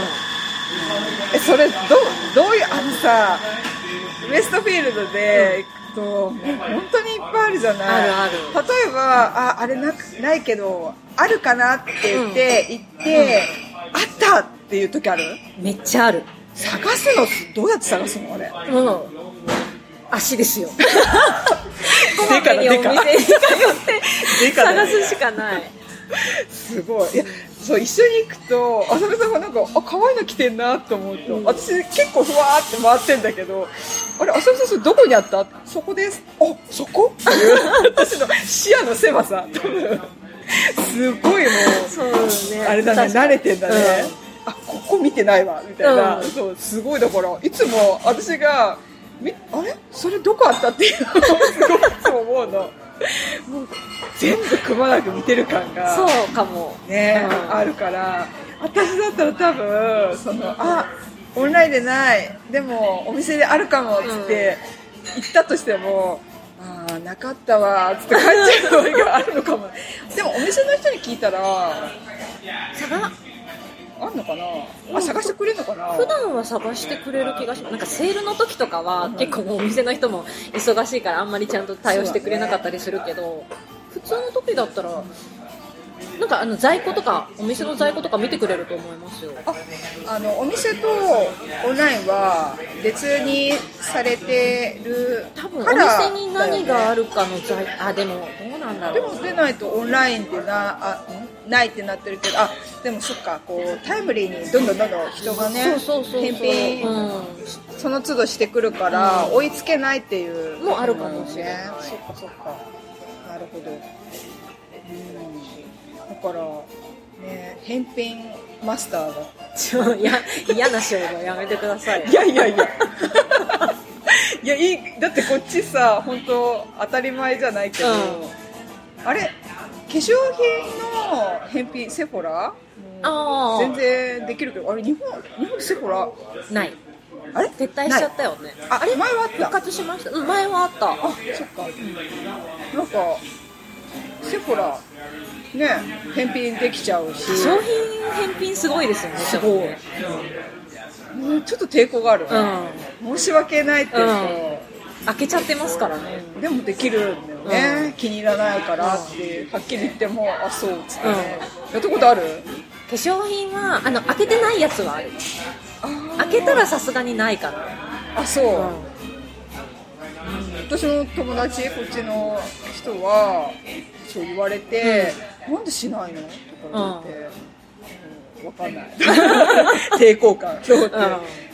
それどういうさ、ウエストフィールドで行くと、本当にいっぱいあるじゃない。 ある。 例えばあれないけどあるかなって言って行って、あったっていう時ある？ めっちゃある。 探すのどうやって探すのあれ？ 足ですよ。 こまめにお店に通って探すしかない。 すごい。いや、そう一緒に行くと、あさみさんがなんか可愛いの着てんなと思うと、私結構ふわーって回ってんだけど、あれあさみさんそれどこにあった？そこです。そこ？っていう私の視野の狭さ。すごいもう、 そうね、 あれだね、慣れてんだね。ここ見てないわみたいな、そうすごい。だからいつも私があれそれどこあったっていうのをすごいいつも思うの。もう全部くまなく見てる感がそうかもね、あるから、私だったら多分オンラインでないでもお店であるかもっつって行ったとしても、なかったわっつって帰っちゃうのがあるのかも。でもお店の人に聞いたらあんのかな、探してくれるのかな。 普段は探してくれる気がします。なんかセールの時とかは結構もうお店の人も忙しいからあんまりちゃんと対応してくれなかったりするけど、普通の時だったらなんか在庫とかお店の在庫とか見てくれると思いますよ。 お店とオンラインは別にされてる多分お店に何があるかのでもどうなんだろう。 でも出ないとオンラインってないってなってるけど、でもそっか、こうタイムリーにどんどん人がね返品、その都度してくるから、追いつけないっていうもあるかもしれない。 そっかなるほど。だからね、返品マスターが嫌な仕事やめてください。 いやだってこっちさ、本当当たり前じゃないけど、あれ化粧品の返品セフォラ全然できるけど、あれ日本でセフォラない。 あれ撤退しちゃったよね。 あれ前はあった。 復活しました。前はあった。 そっか。なんかセフォラね、返品できちゃうし。 商品返品すごいですよね。 すごい。ちょっと抵抗がある。申し訳ないって言うと、 開けちゃってますからね。 でもできるんだよね。気に入らないからってはっきり言っても、そうっつってね。やったことある？ 化粧品は開けてないやつはある。開けたらさすがにないかな。 そう。私の友達、こっちの人はそう言われて、なんでしないのとか言って、わかんない抵抗感と思って、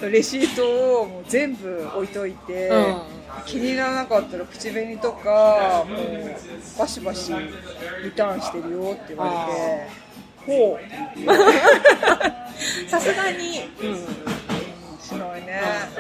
レシートをもう全部置いといて、気に入らなかったら口紅とかもうバシバシリターンしてるよって言われて、ほうさすがに、 しないね。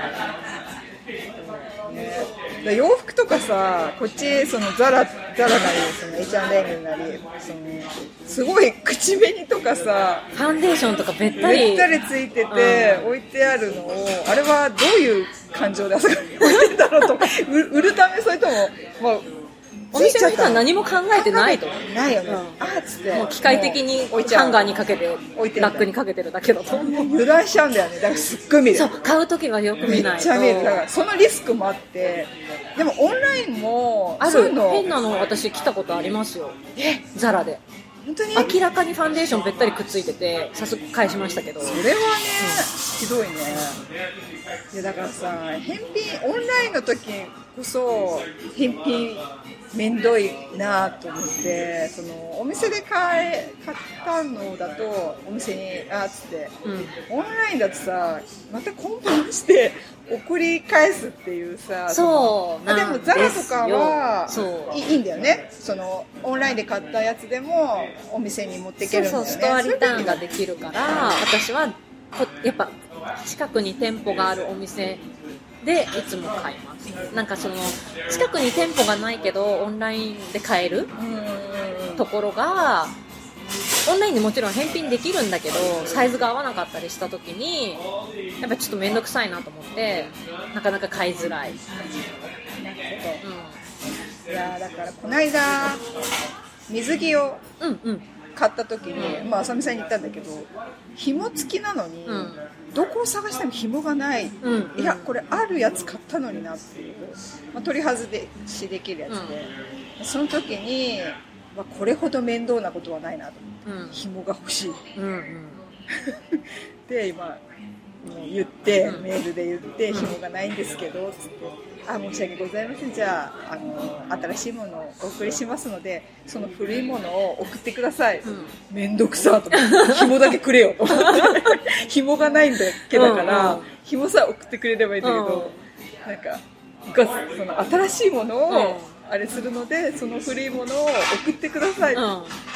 洋服とかさ、こっちそのザラなりその H&M なりすごい口紅とかさ、 ファンデーションとかべったりついてて置いてあるのを、あれはどういう感情であそこに置いてんだろうと売るため、それともお店の人は何も考えてないと思う。 ないよね。つってもう機械的にハンガーにかけてラックにかけてるだけだと思う。 油断しちゃうんだよね。だからすっごい見る。 そう、買うときはよく見ないと。 めっちゃ見る。だからそのリスクもあって、でもオンラインもある。変なの私来たことありますよ。ザラで。 本当に明らかにファンデーションべったりくっついてて、早速返しましたけど。 それはね、ひどいね。いやだからさ、返品オンラインの時こそ返品めんどいなと思って、そのお店で買ったのだとお店にっつって、オンラインだとさまた梱包して送り返すっていうさ、 そうなんでもザラとかはいいんだよね。そのオンラインで買ったやつでもお店に持っていけるんだよね。 そうストアリターンができるから、私はやっぱ近くに店舗があるお店でいつも買います。なんかその近くに店舗がないけどオンラインで買えるところが、オンラインでもちろん返品できるんだけどサイズが合わなかったりした時にやっぱちょっと面倒くさいなと思ってなかなか買いづらい。 いやだからこの間水着を買った時に、あさみさんに言ったんだけど紐付きなのに、どこを探しても紐がない、いやこれあるやつ買ったのになっていう、取り外しできるやつで、その時に、これほど面倒なことはないなと思って、紐が欲しい、で今もう言って、メールで言って紐がないんですけどつって、申し訳ございません、じゃあ、新しいものをお送りしますのでその古いものを送ってください、めんどくさと思って紐だけくれよと思って紐がないんだけだから、紐さえ送ってくれればいいんだけど、なんかその新しいものをあれするのでその古いものを送ってください、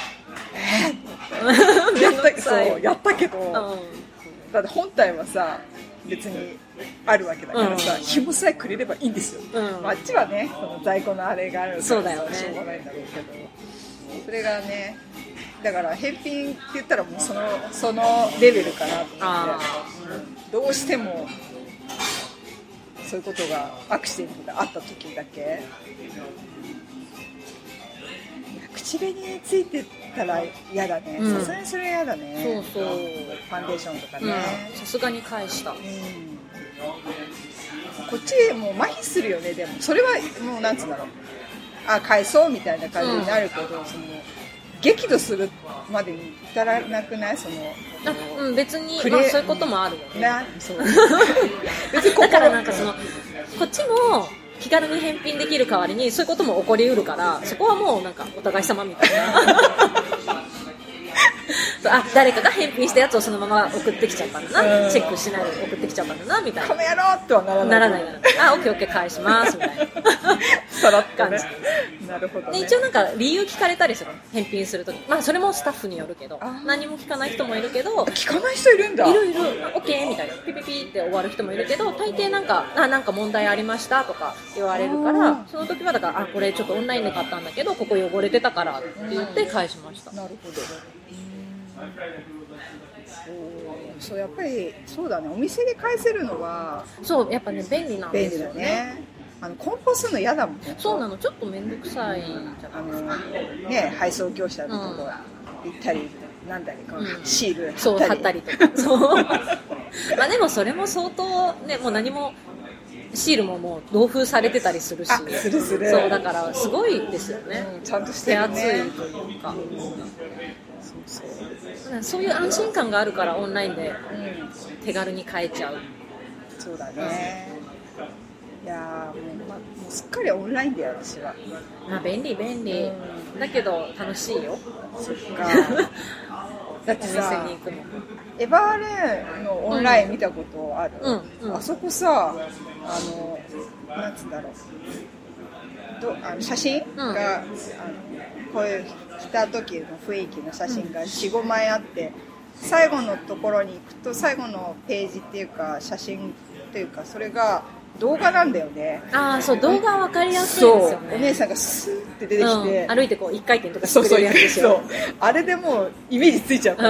やったけど、だって本体はさ別にあるわけだからさ、紐さえくれればいいんですよ、あっちはねその在庫のあれがあるからそうだよね、 しょうがないんだろうけど、それがねだから返品って言ったらもうそのレベルかなと思って、どうしてもそういうことがアクシデントがあった時だけ、口紅ついてたら嫌だね、さすがにそれ嫌だね、そうファンデーションとかね、 さすがに返した、 こっちもう麻痺するよね。でもそれはもうなんつうんだろう、返そうみたいな感じになるけど、その激怒するまでに至らなくない？その別に、そういうこともあるよね。 そう別にだからなんかそのこっちも気軽に返品できる代わりにそういうことも起こりうるから、そこはもうなんかお互い様みたいな誰かが返品したやつをそのまま送ってきちゃったんだな、チェックしないで送ってきちゃったんだなみたいな、 この野郎とはならないオッケーオッケー返しますみたいなさらっとね、なるほどね。 で一応なんか理由聞かれたりする、返品するとき、それもスタッフによるけど、何も聞かない人もいるけど、 聞かない人いるんだ、 いるオッケーみたいな、ピピピって終わる人もいるけど、大抵なんか問題ありましたとか言われるから、その時はだからこれちょっとオンラインで買ったんだけどここ汚れてたからって言って返しました。 なるほど。そうやっぱりそうだね、お店で返せるのはそうやっぱね便利なんですよね。 梱包するの嫌だもんね。 そうなの、ちょっと面倒くさいじゃね、配送業者のとこ行ったりなんだり、シール貼ったりとかそうでもそれも相当ね、もう何もシールももう同封されてたりするし、 するそうだからすごいですよね、 ちゃんとしてるね、 手厚いというか、そういう安心感があるからオンラインで手軽に買えちゃう。 そうだね。いやもうすっかりオンラインで私は。 便利、だけど楽しいよ。 そっかだってさ、エバーレーンのオンライン見たことある？あそこさ、なんつうんだろう、写真が、こういう来た時の雰囲気の写真が 4,5 枚あって、最後のところに行くと最後のページっていうか写真っていうかそれが動画なんだよね。 そう動画分かりやすいですよね。 お姉さんがスーって出てきて、 歩いてこう1回転とかしてくれるやつですよ。 あれでもうイメージついちゃうから、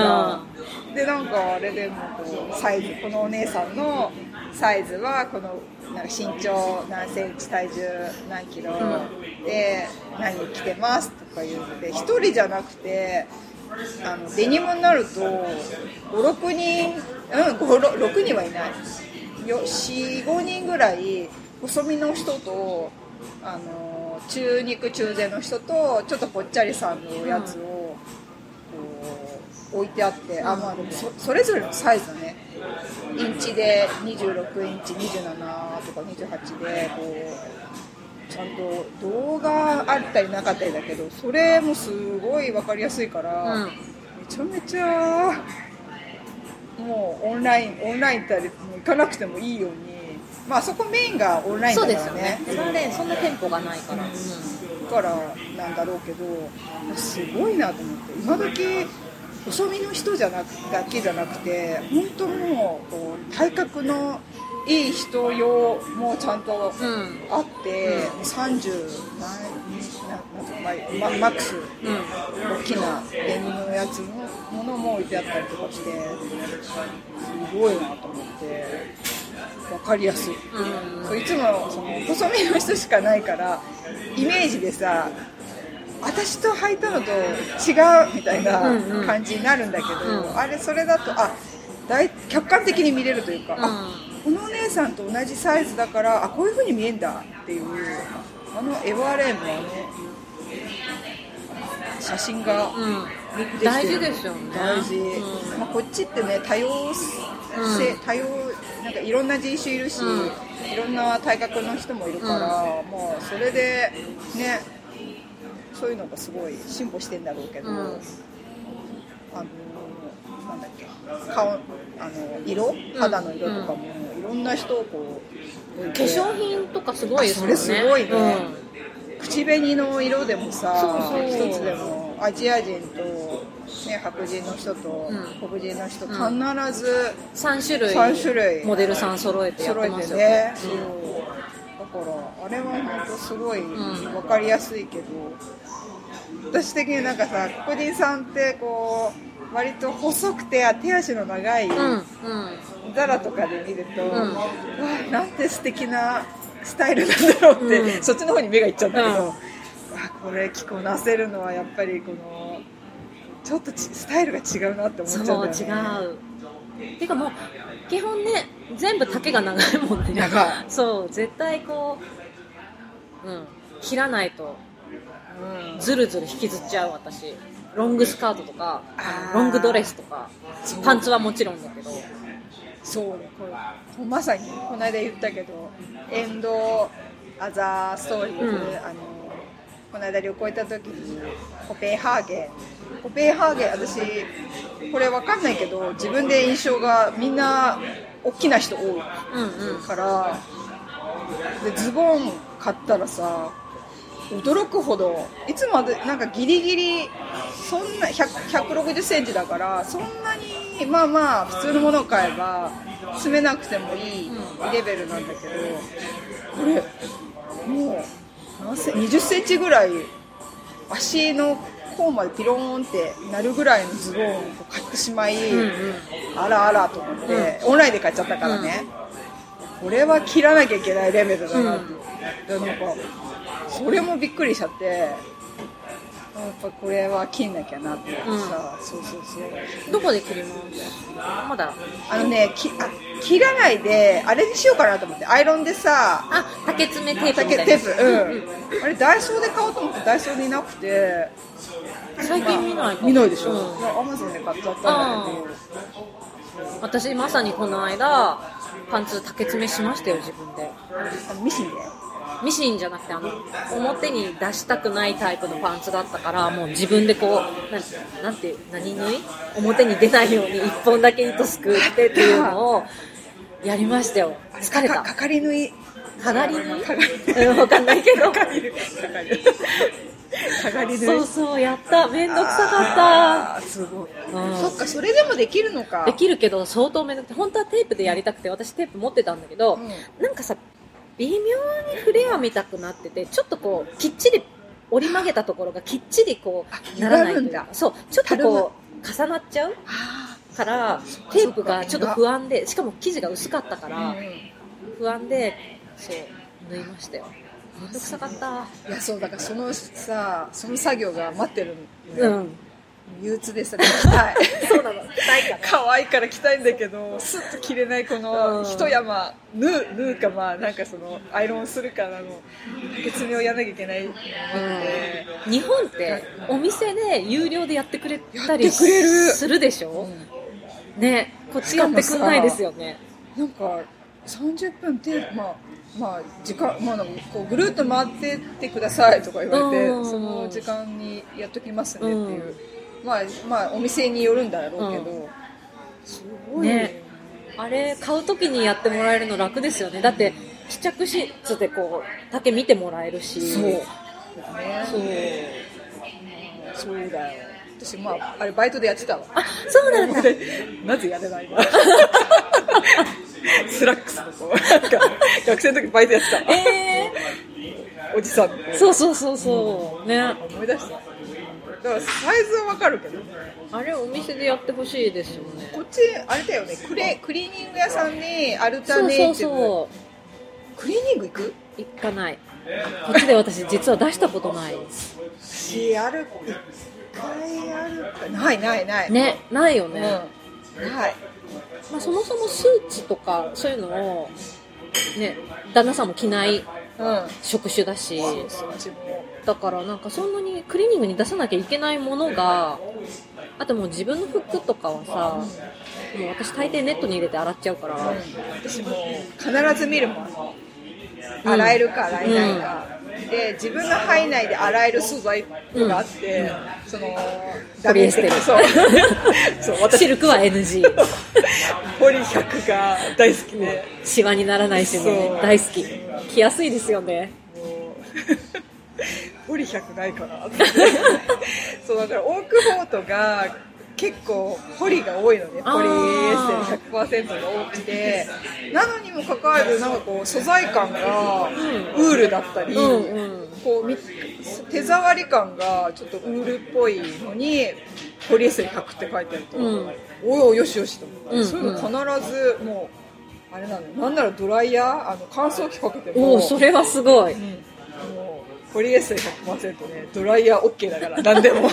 でなんかあれでもこうサイズ、このお姉さんのサイズはこのなんか身長何センチ、体重何キロ、で何着てますとか言って1人じゃなくてデニムになると6人はいない、4、5人ぐらい細身の人と中肉中背の人とちょっとぽっちゃりさんのやつをこう置いてあって、でも それぞれのサイズね、インチで26インチ、27とか28でこうちゃんと動画あったりなかったりだけど、それもすごい分かりやすいから、めちゃめちゃもうオンラインったら行かなくてもいいように、まあそこメインがオンラインだからね。 そうですよね。そんな店舗がないから、だからなんだろうけど、すごいなと思って、今時細身の人だけじゃなくて、本当もうこう体格のいい人用もちゃんとあって、30マックス、大きなデニムのやつのものも置いてあったりとかして、すごいなと思って分かりやすい、いつもその細身の人しかないからイメージでさ、私と履いたのと違うみたいな感じになるんだけど、あれそれだと客観的に見れるというか、このお姉さんと同じサイズだからこういう風に見えんだっていう、エバーレーンの写真が大事ですよね。 大事、まあ、こっちってね多様なんかいろんな人種いるし、いろんな体格の人もいるから、もうそれでね、そういうのがすごい進歩してんだろうけど、なんだっけ、肌の色とかもいろんな人をこう化粧品とかすごいですよね。 それすごいね、口紅の色でもさ、一つでもアジア人と、ね、白人の人と黒人の人、必ず 3種類モデルさん揃えてやってますよね。 だからあれは本当すごい分かりやすいけど、私的になんかさ、黒人さんってこう割と細くて手足の長いザラとかで見ると、なんて素敵なスタイルなんだろうって、そっちの方に目がいっちゃうんだけど、これ着こなせるのはやっぱりこのちょっとスタイルが違うなって思っちゃうんだよね。 そう違う。てかもう基本ね、全部丈が長いもんね。 長い。 そう絶対こう、切らないと、ずるずる引きずっちゃう私。ロングスカートとかロングドレスとかパンツはもちろんだけど。 そうね、これまさにこの間言ったけど、エンドアザーストーリーズ、この間旅行行った時にコペンハーゲン、私これ分かんないけど自分で印象がみんな大きな人多いから、でズボン買ったらさ、驚くほど、いつもなんかギリギリそんな160センチだから、そんなにまあ普通のものを買えば詰めなくてもいいレベルなんだけど、これもう20センチぐらい足の甲までピローンってなるぐらいのズボンを買ってしまい、あらと思って、オンラインで買っちゃったからね、これは切らなきゃいけないレベルだなって、なんかそれもびっくりしちゃって、やっぱこれは切んなきゃなってさ、そうどこで切ります？まだ切らないであれにしようかなと思って、アイロンでさ、 竹爪テープみたいなやつ、 あれダイソーで買おうと思ってダイソーにいなくて、 最近見ない見ないでしょ、アマゾンで買っちゃったんだけど、 私まさにこの間パンツ竹爪しましたよ、自分で。ミシンじゃなくて表に出したくないタイプのパンツだったから、もう自分でこう何縫い表に出ないように1本だけ糸すくってっていうのをやりましたよ。疲れた。 かかり縫い分かんないけどそうやった。めんどくさかった。 すごい。そっか、それでもできるのか。 できるけど相当めんどくさい。本当はテープでやりたくて、私テープ持ってたんだけど、なんかさ、微妙にフレア見たくなってて、ちょっとこうきっちり折り曲げたところがきっちりこうならないというか、そうちょっとこう重なっちゃうからテープがちょっと不安で、しかも生地が薄かったから不安で、そう縫いましたよ。めんどくさかった。 いや、そうだからその作業が待ってるの、憂鬱でさ、着たいそうなの、着たいから可愛いから着たいんだけど、スッと着れないこの一山縫うか、なんかそのアイロンするか竹爪をやらなきゃいけないので、 日本ってお店で有料でやってくれたりするでしょ、ね、こっちやってくんないですよね。 なんか30分まあ時間、まあ、こうぐるっと回ってってくださいとか言われて、その時間にやっときますねっていう、まあお店によるんだろうけど、すごいね。 あれ買うときにやってもらえるの楽ですよね。だって試着室でこう竹見てもらえるし。 そうね。そうだよ。私まああれバイトでやってたわ。 あ、そうなんだ。 なぜやれないんだ。スラックスの子なんか学生の時バイトやってた。おじさん。 そうね。 思い出した。だからサイズはわかるけどね。 あれお店でやってほしいですよね。 こっちあれだよね。クリーニング屋さんにアルタネイティブ。そうクリーニング行く？ 行かない。こっちで私実は出したことない。 ある一回あるかないね、ないよね。 ない。 まあそもそもスーツとかそういうのをね旦那さんも着ない職種だし、だからなんかそんなにクリーニングに出さなきゃいけないものが、あともう自分の服とかはさ、もう私大抵ネットに入れて洗っちゃうから、 私も必ず見るもん。洗えるか洗えないか、で自分の範囲内で洗える素材があって、そのポリエステルそうシルクは NG ポリ100が大好きで、 シワにならないしね、大好き、着やすいですよね。 ポリ100ないかなってそうだからオークフォートが結構ポリが多いのね。ポリエステル 100% が多くて、なのにもかかわらずなんかこう素材感がウールだったり、こう手触り感がちょっとウールっぽいのにポリエステル100って書いてあると、おいよしよしと思って、そういうの必ずもうあれなのよ。なんならドライヤー乾燥機かけても、 それはすごい、 もうポリエステル 100% ね、ドライヤー OK だから何でも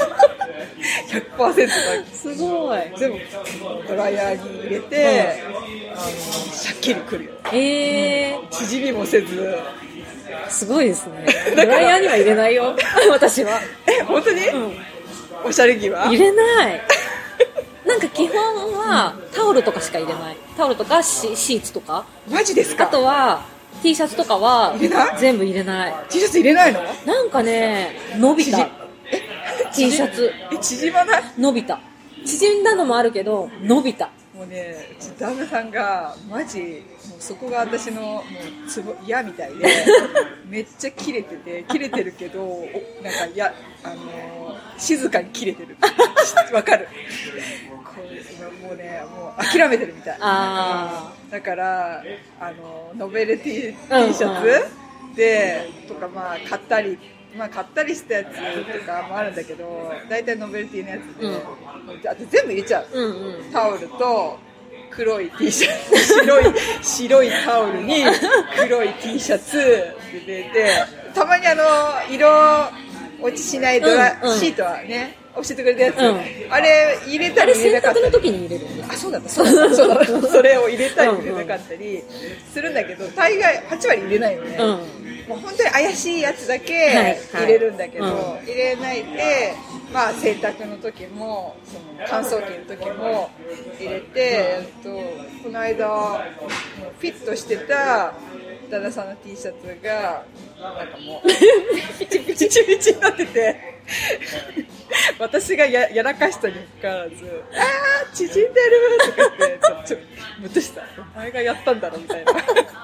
100% すごい全部ドライヤーに入れて、シャッキリくるよ。縮みもせず、 すごいですね。ドライヤーには入れないよ私は。 本当に、おしゃれ着は入れないなんか基本はタオルとかしか入れない。タオルとかシーツとか。 マジですか？ あとはT シャツとかは全部入れない。 T シャツ入れないの？ なんかね、伸びたT シャツ縮まない？ 伸びた。縮んだのもあるけど伸びた。 もうね、旦那さんがマジもうそこが私のもう嫌みたいでめっちゃ切れてるけど、なんか静かに切れてるわかるもうね、もう諦めてるみたい。だからノベルティ T シャツでとかまあ買ったりしたやつとかもあるんだけど、大体ノベルティのやつで、あと全部入れちゃう、タオルと黒い T シャツ白いタオルに黒い T シャツでたまに色落ちしないシートはね教えてくれたやつ、あれ入れたり入れなかったり、 洗濯の時に入れるんです。 そうだそれを入れたり入れなかったりするんだけど、大概8割入れないよね。もう本当に怪しいやつだけ入れるんだけど、入れないで、まあ洗濯の時もその乾燥機の時も入れて、この間フィットしてた旦那さんの T シャツがなんかもうピチピチになってて私がやらかしたにもかかわらず、縮んでるとか言ってちょっとムッとした。お前がやったんだろみたいな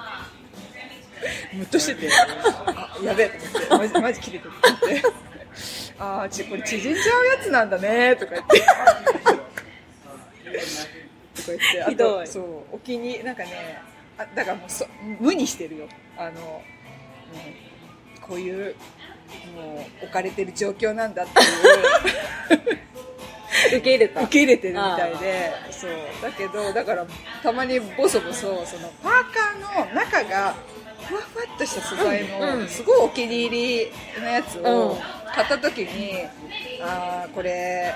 ムッとしてて、やべえと思って、マジ切れてるって言ってこれ縮んじゃうやつなんだねとか言ってあとそうお気になんかね、だからもう無にしてるよ。こういうもう置かれてる状況なんだっていう受け入れてるみたいで、そうだけどだからたまにボソボソそのパーカーの中がふわふわっとした素材のすごいお気に入りのやつを買った時に、これ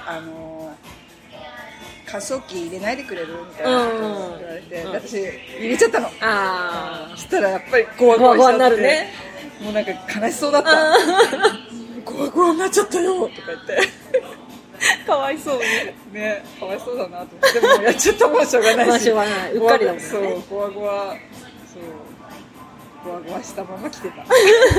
乾燥機入れないでくれるみたいなことを言われて、私入れちゃったの。そしたらやっぱりゴワゴワしちゃって、なるね、もうなんか悲しそうだった。ゴワゴワになっちゃったよとか言ってかわいそうね、かわいそうだなと思って、でもやっちゃったもんしょうがないし、 しょうがない、うっかりだもんね。 そうゴワゴワ、そうゴワゴワしたまま着てた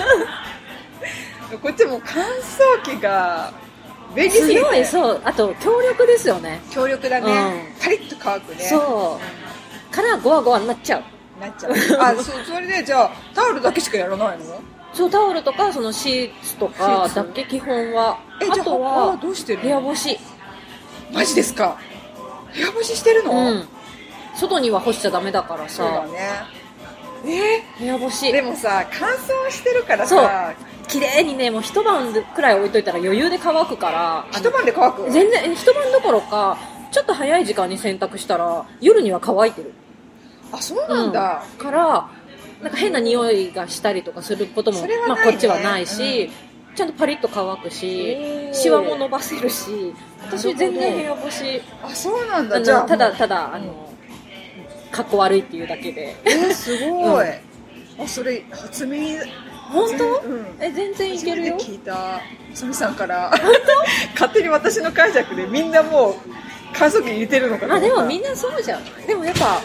こっちも乾燥機が便利すぎて強い。そうあと強力ですよね。 強力だね、カリッと乾くね。 そうからゴワゴワになっちゃうそれでじゃあタオルだけしかやらないの？ そうタオルとかそのシーツとかだけ基本は。あとはどうしてるの？ 部屋干し。 マジですか？部屋干ししてるの？ 外には干しちゃダメだからさ。 そうだね。 部屋干し。 でもさ乾燥してるからさ、 綺麗にねもう一晩くらい置いといたら余裕で乾くから。 一晩で乾く？ 全然一晩どころかちょっと早い時間に洗濯したら夜には乾いてる。 あ、そうなんだ。 からなんか変な匂いがしたりとかすることも、 ね、 まあ、こっちはないし、ちゃんとパリッと乾くしシワも伸ばせるし、私全然部屋干し。 あ、そうなんだ。じゃあただかっこ悪いっていうだけで。 すごい、あ、それ初耳。 本当？全然いけるよ。 初めて聞いたそみさんから勝手に私の解釈でみんなもう乾燥機入れてるのかな。 あ、でもみんなそうじゃん。でもやっぱ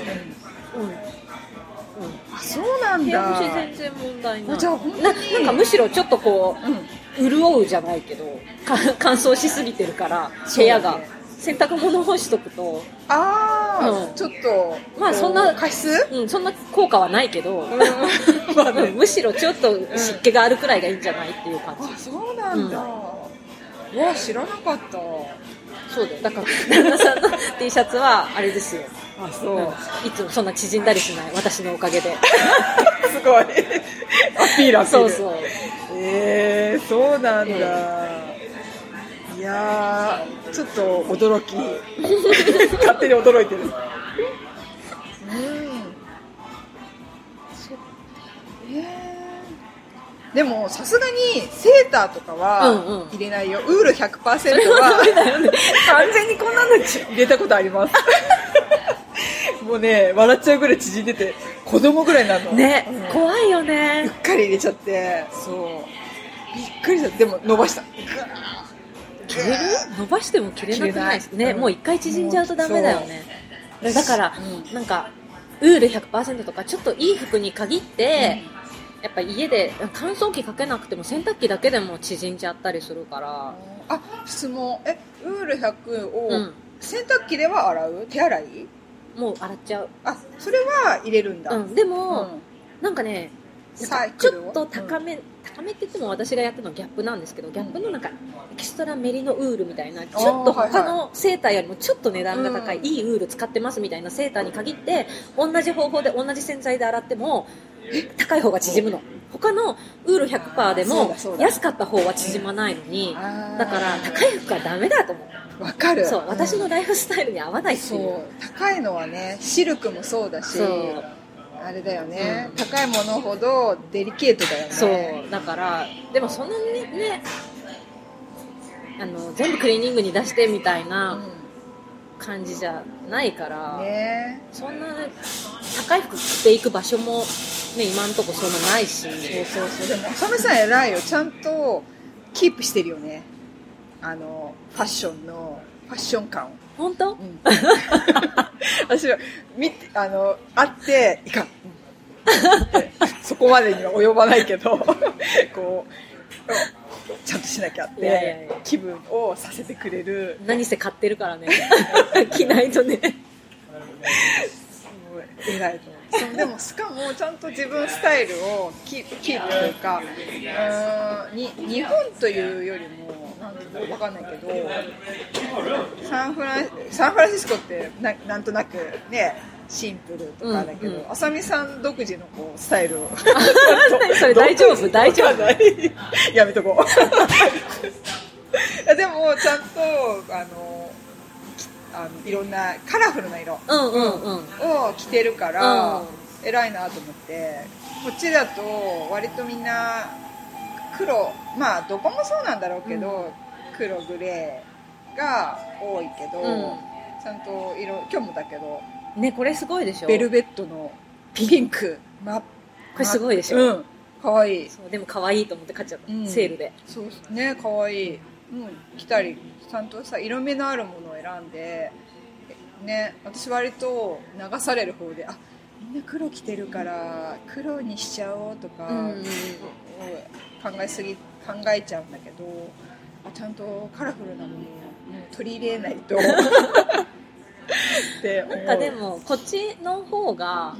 そうなんだ。 部屋干し全然問題ない。 じゃあ本当になんかむしろちょっとこう、潤うじゃないけど乾燥しすぎてるから部屋が、洗濯物干しとくとちょっとまあそんな加湿、 そんな効果はないけど、むしろちょっと湿気があるくらいがいいんじゃないっていう感じ。 あ、そうなんだ、わあ、知らなかった。 そうだよ。だから旦那さんの T シャツはあれですよ。 あ、そう、 いつもそんな縮んだりしない私のおかげで。 すごいアピール。 そうそう。 そうなんだ、いやー、ちょっと驚き勝手に驚いてる。でもさすがにセーターとかは入れないよ、ウール 100% は完全にこんなの入れたことありますもうね、笑っちゃうぐらい縮んでて子供ぐらいになるのね、怖いよね。 うっかり入れちゃって、そうびっくりした。でも伸ばした。 切れる？伸ばしても切れなくないですね。もう一回縮んじゃうとダメだよね。だから、なんかウール 100% とかちょっといい服に限って、やっぱ家で乾燥機かけなくても洗濯機だけでも縮んじゃったりするから。 あ、質問。ウール100を洗濯機では洗う？手洗い？ もう洗っちゃう。 あ、それは入れるんだ。 でも、なんかね、ちょっと高めって言っても私がやってるのはギャップなんですけど、ギャップのなんかエキストラメリノウールみたいな、ちょっと他のセーターよりもちょっと値段が高い、いいウール使ってますみたいなセーターに限って同じ方法で同じ洗剤で洗っても高い方が縮むの。他のウール 100% でも安かった方は縮まないのに、だから高い服はダメだと思う。 わかる。 そう、私のライフスタイルに合わないっていう。そう、 高いのはね、シルクもそうだし、あれだよね、高いものほどデリケートだよね。 そうだから、でもそんなにね、全部クリーニングに出してみたいな感じじゃないから、そんな高い服着ていく場所もね、今のとこそんなないし。そうでも浅見さん偉いよ、ちゃんとキープしてるよね、ファッション感を。 本当？ 私は見て、会っていかん、そこまでには及ばないけどこうちゃんとしなきゃって気分をさせてくれる。 何せ買ってるからね着ないとねすごい偉いと思う。でもしかもちゃんと自分スタイルをキープというか、日本というよりも分かんないけど、サンフランシスコってなんとなくねシンプルとかだけど、あさみさん独自のこうスタイルをそれ大丈夫やめとこうでもちゃんといろんなカラフルな色を着てるから、偉いなと思って。こっちだと割とみんな黒、まあどこもそうなんだろうけど、黒グレーが多いけど、ちゃんと色、今日もだけどね、これすごいでしょ。 ベルベットのピンク、これすごいでしょ。 かわいい。 そう、でもかわいいと思って買っちゃった、セールで。 そうね、かわいい。着たりちゃんとさ、色味のあるものを選んでね。私割と流される方で、 みんな黒着てるから黒にしちゃおうとか、考えちゃうんだけど、ちゃんとカラフルなものを取り入れないとって思う。 なんかでもこっちの方が、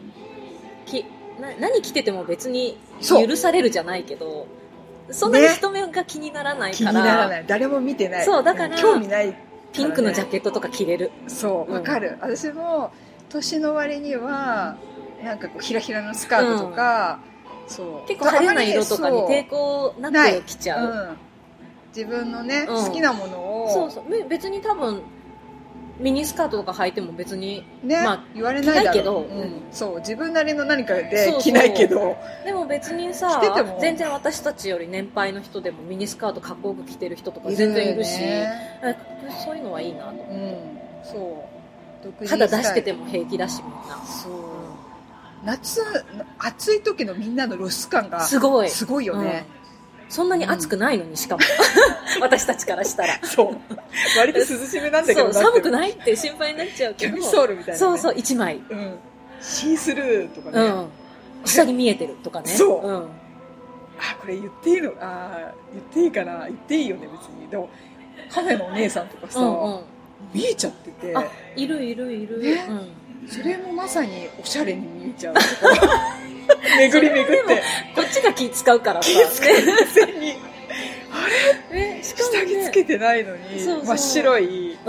何着てても別に許されるじゃないけど、そんなに人目が気にならないから、 気にならない、誰も見てない、 そうだから興味ないから、ね、 ピンクのジャケットとか着れる。 そうわかる、私も年の割にはなんかこうヒラヒラのスカートとか、そう結構派手な色とかに抵抗なく着ちゃう、 自分のね、好きなものを、 そうそう別に多分ミニスカートとか履いても別に、 ね、言われないだろうけど、そう自分なりの何かで着ないけど、 でも別にさ、全然私たちより年配の人でもミニスカートかっこよく着てる人とか全然いるし、そういうのはいいなと思って、そう肌出してても平気だしみんな。そう、 夏暑い時のみんなの露出感がすごいよね、 そんなに暑くないのに、しかも私たちからしたらそう割と涼しめなんだけど、 そう寒くないって心配になっちゃうけど、 キャミソールみたいな、ね、 そうそう1枚、 シースルーとかね、 下に見えてるとかね、 そう、これ言っていいの、言っていいかな、言っていいよね別に。でもカフェのお姉さんとかさ、見えちゃってて、 いる、 ね、それもまさにおしゃれに見えちゃう巡り巡ってこっちが気使うからさ、 気使うにあれ、下着つけてないのに真っ白い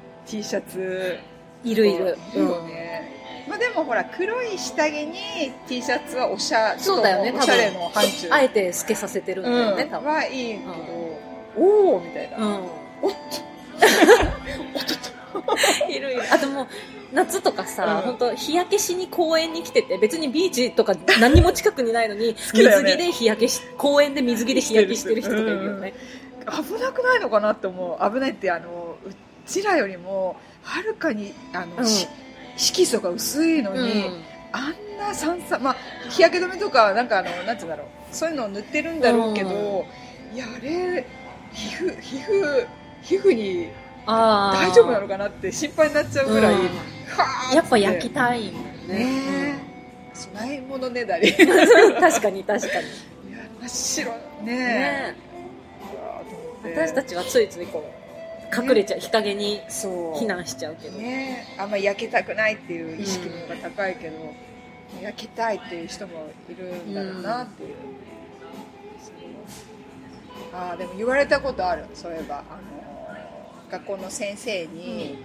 T シャツいるよね。まあでもほら黒い下着に T シャツはそうだよね、 おしゃれの範疇、 あえて透けさせてるんだよね、多分はいいけど、おおみたいな、おっとおっといる。あともう夏とかさ、本当日焼けしに公園に来てて、別にビーチとか何も近くにないのに水着で日焼けし、公園で水着で日焼けしてる人とかいるよね。 危なくないのかなって思う。危ないって、うちらよりもはるかに色素が薄いのに、あんなまあ日焼け止めとかなんかなんていうんだろう、そういうのを塗ってるんだろうけど、いやあれ皮膚に大丈夫なのかなって心配になっちゃうぐらい、 やっぱ焼きたいもんね。供え物ねだり確かにいや真っ白ね。 私たちはついついこう隠れちゃう、日陰に避難しちゃうけどね。あんまり焼けたくないっていう意識の方が高いけど、焼けたいっていう人もいるんだろうなっていう、でも言われたことある。そういえば学校の先生に、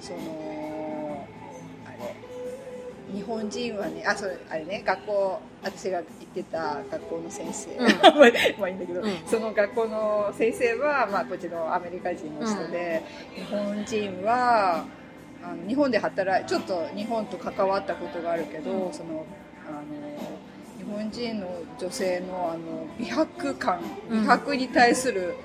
日本人はね、あれね、私が行ってた学校の先生、まあいいんだけど、その学校の先生は、まあ、こっちのアメリカ人の人で、日本人は日本でちょっと日本と関わったことがあるけど、日本人の女性の美白に対する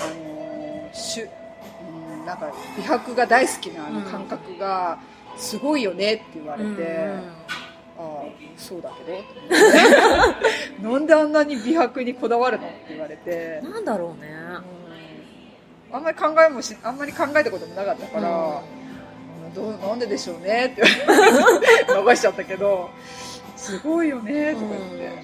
なんか美白が大好きな感覚がすごいよねって言われて、そうだけどなんであんなに美白にこだわるのって言われて、 なんだろうね、 あんまり考えたこともなかったから、なんででしょうねって流しちゃったけど、すごいよねとか言って、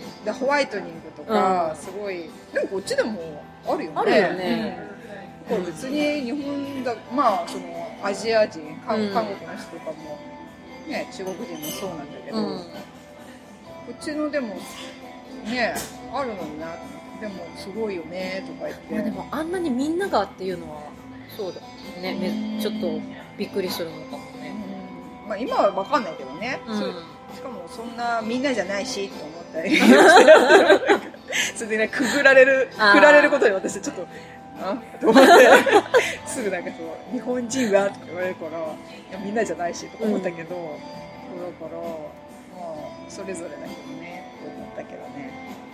でホワイトニングとかすごい、でもこっちでもあるよね。 あるよね。 別に日本だ、まあそのアジア人、韓国の人とかもね、中国人もそうなんだけど、こっちのでもねあるのにな、でもすごいよねとか言って。 でもあんなにみんながっていうのはそうだね、ちょっとびっくりするのかもね。 まあ今は分かんないけどね。しかもそんなみんなじゃないしと思ったりそれでね、くくられることに私ちょっとと思ってすぐなんか日本人はとか言われるから、いやみんなじゃないしとか思ったけど、だからまあそれぞれだけどねと思ったけどね。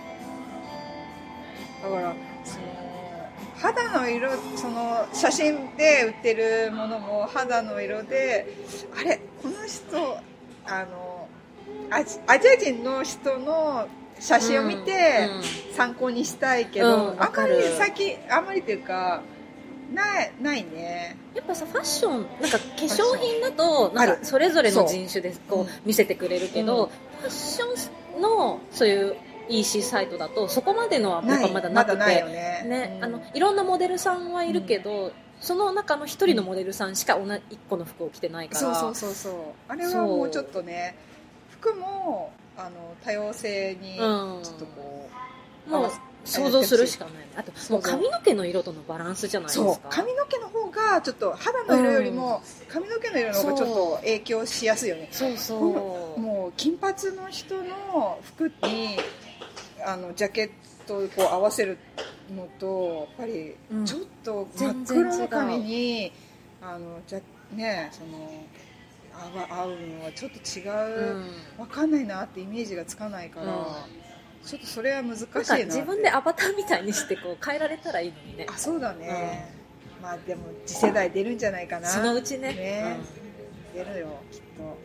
だから肌の色、写真で売ってるものも肌の色で、あれこの人アジア人の人の写真を見て参考にしたいけど、あんまりっていうかないね。 やっぱさファッションなんか化粧品だとなんかそれぞれの人種でこう見せてくれるけど、ファッションのそういう EC サイトだとそこまでのはやっぱまだなくて、 ないよね。 いろんなモデルさんはいるけど、その中の一人のモデルさんしか1個の服を着てないから、 そうあれはもうちょっとね、服も多様性にちょっとこう、 もう想像するしかない。あともう髪の毛の色とのバランスじゃないですか。 そう髪の毛の方がちょっと肌の色よりも髪の毛の色の方がちょっと影響しやすいよね。もう金髪の人の服にジャケットをこう合わせるのとやっぱりちょっと真っ黒の髪にね合うのはちょっと違う、分かんないなってイメージがつかないから、ちょっとそれは難しいな。なんか自分でアバターみたいにしてこう変えられたらいいのにね。 そうだね、まあでも次世代出るんじゃないかな。 そのうちね、 出るよきっ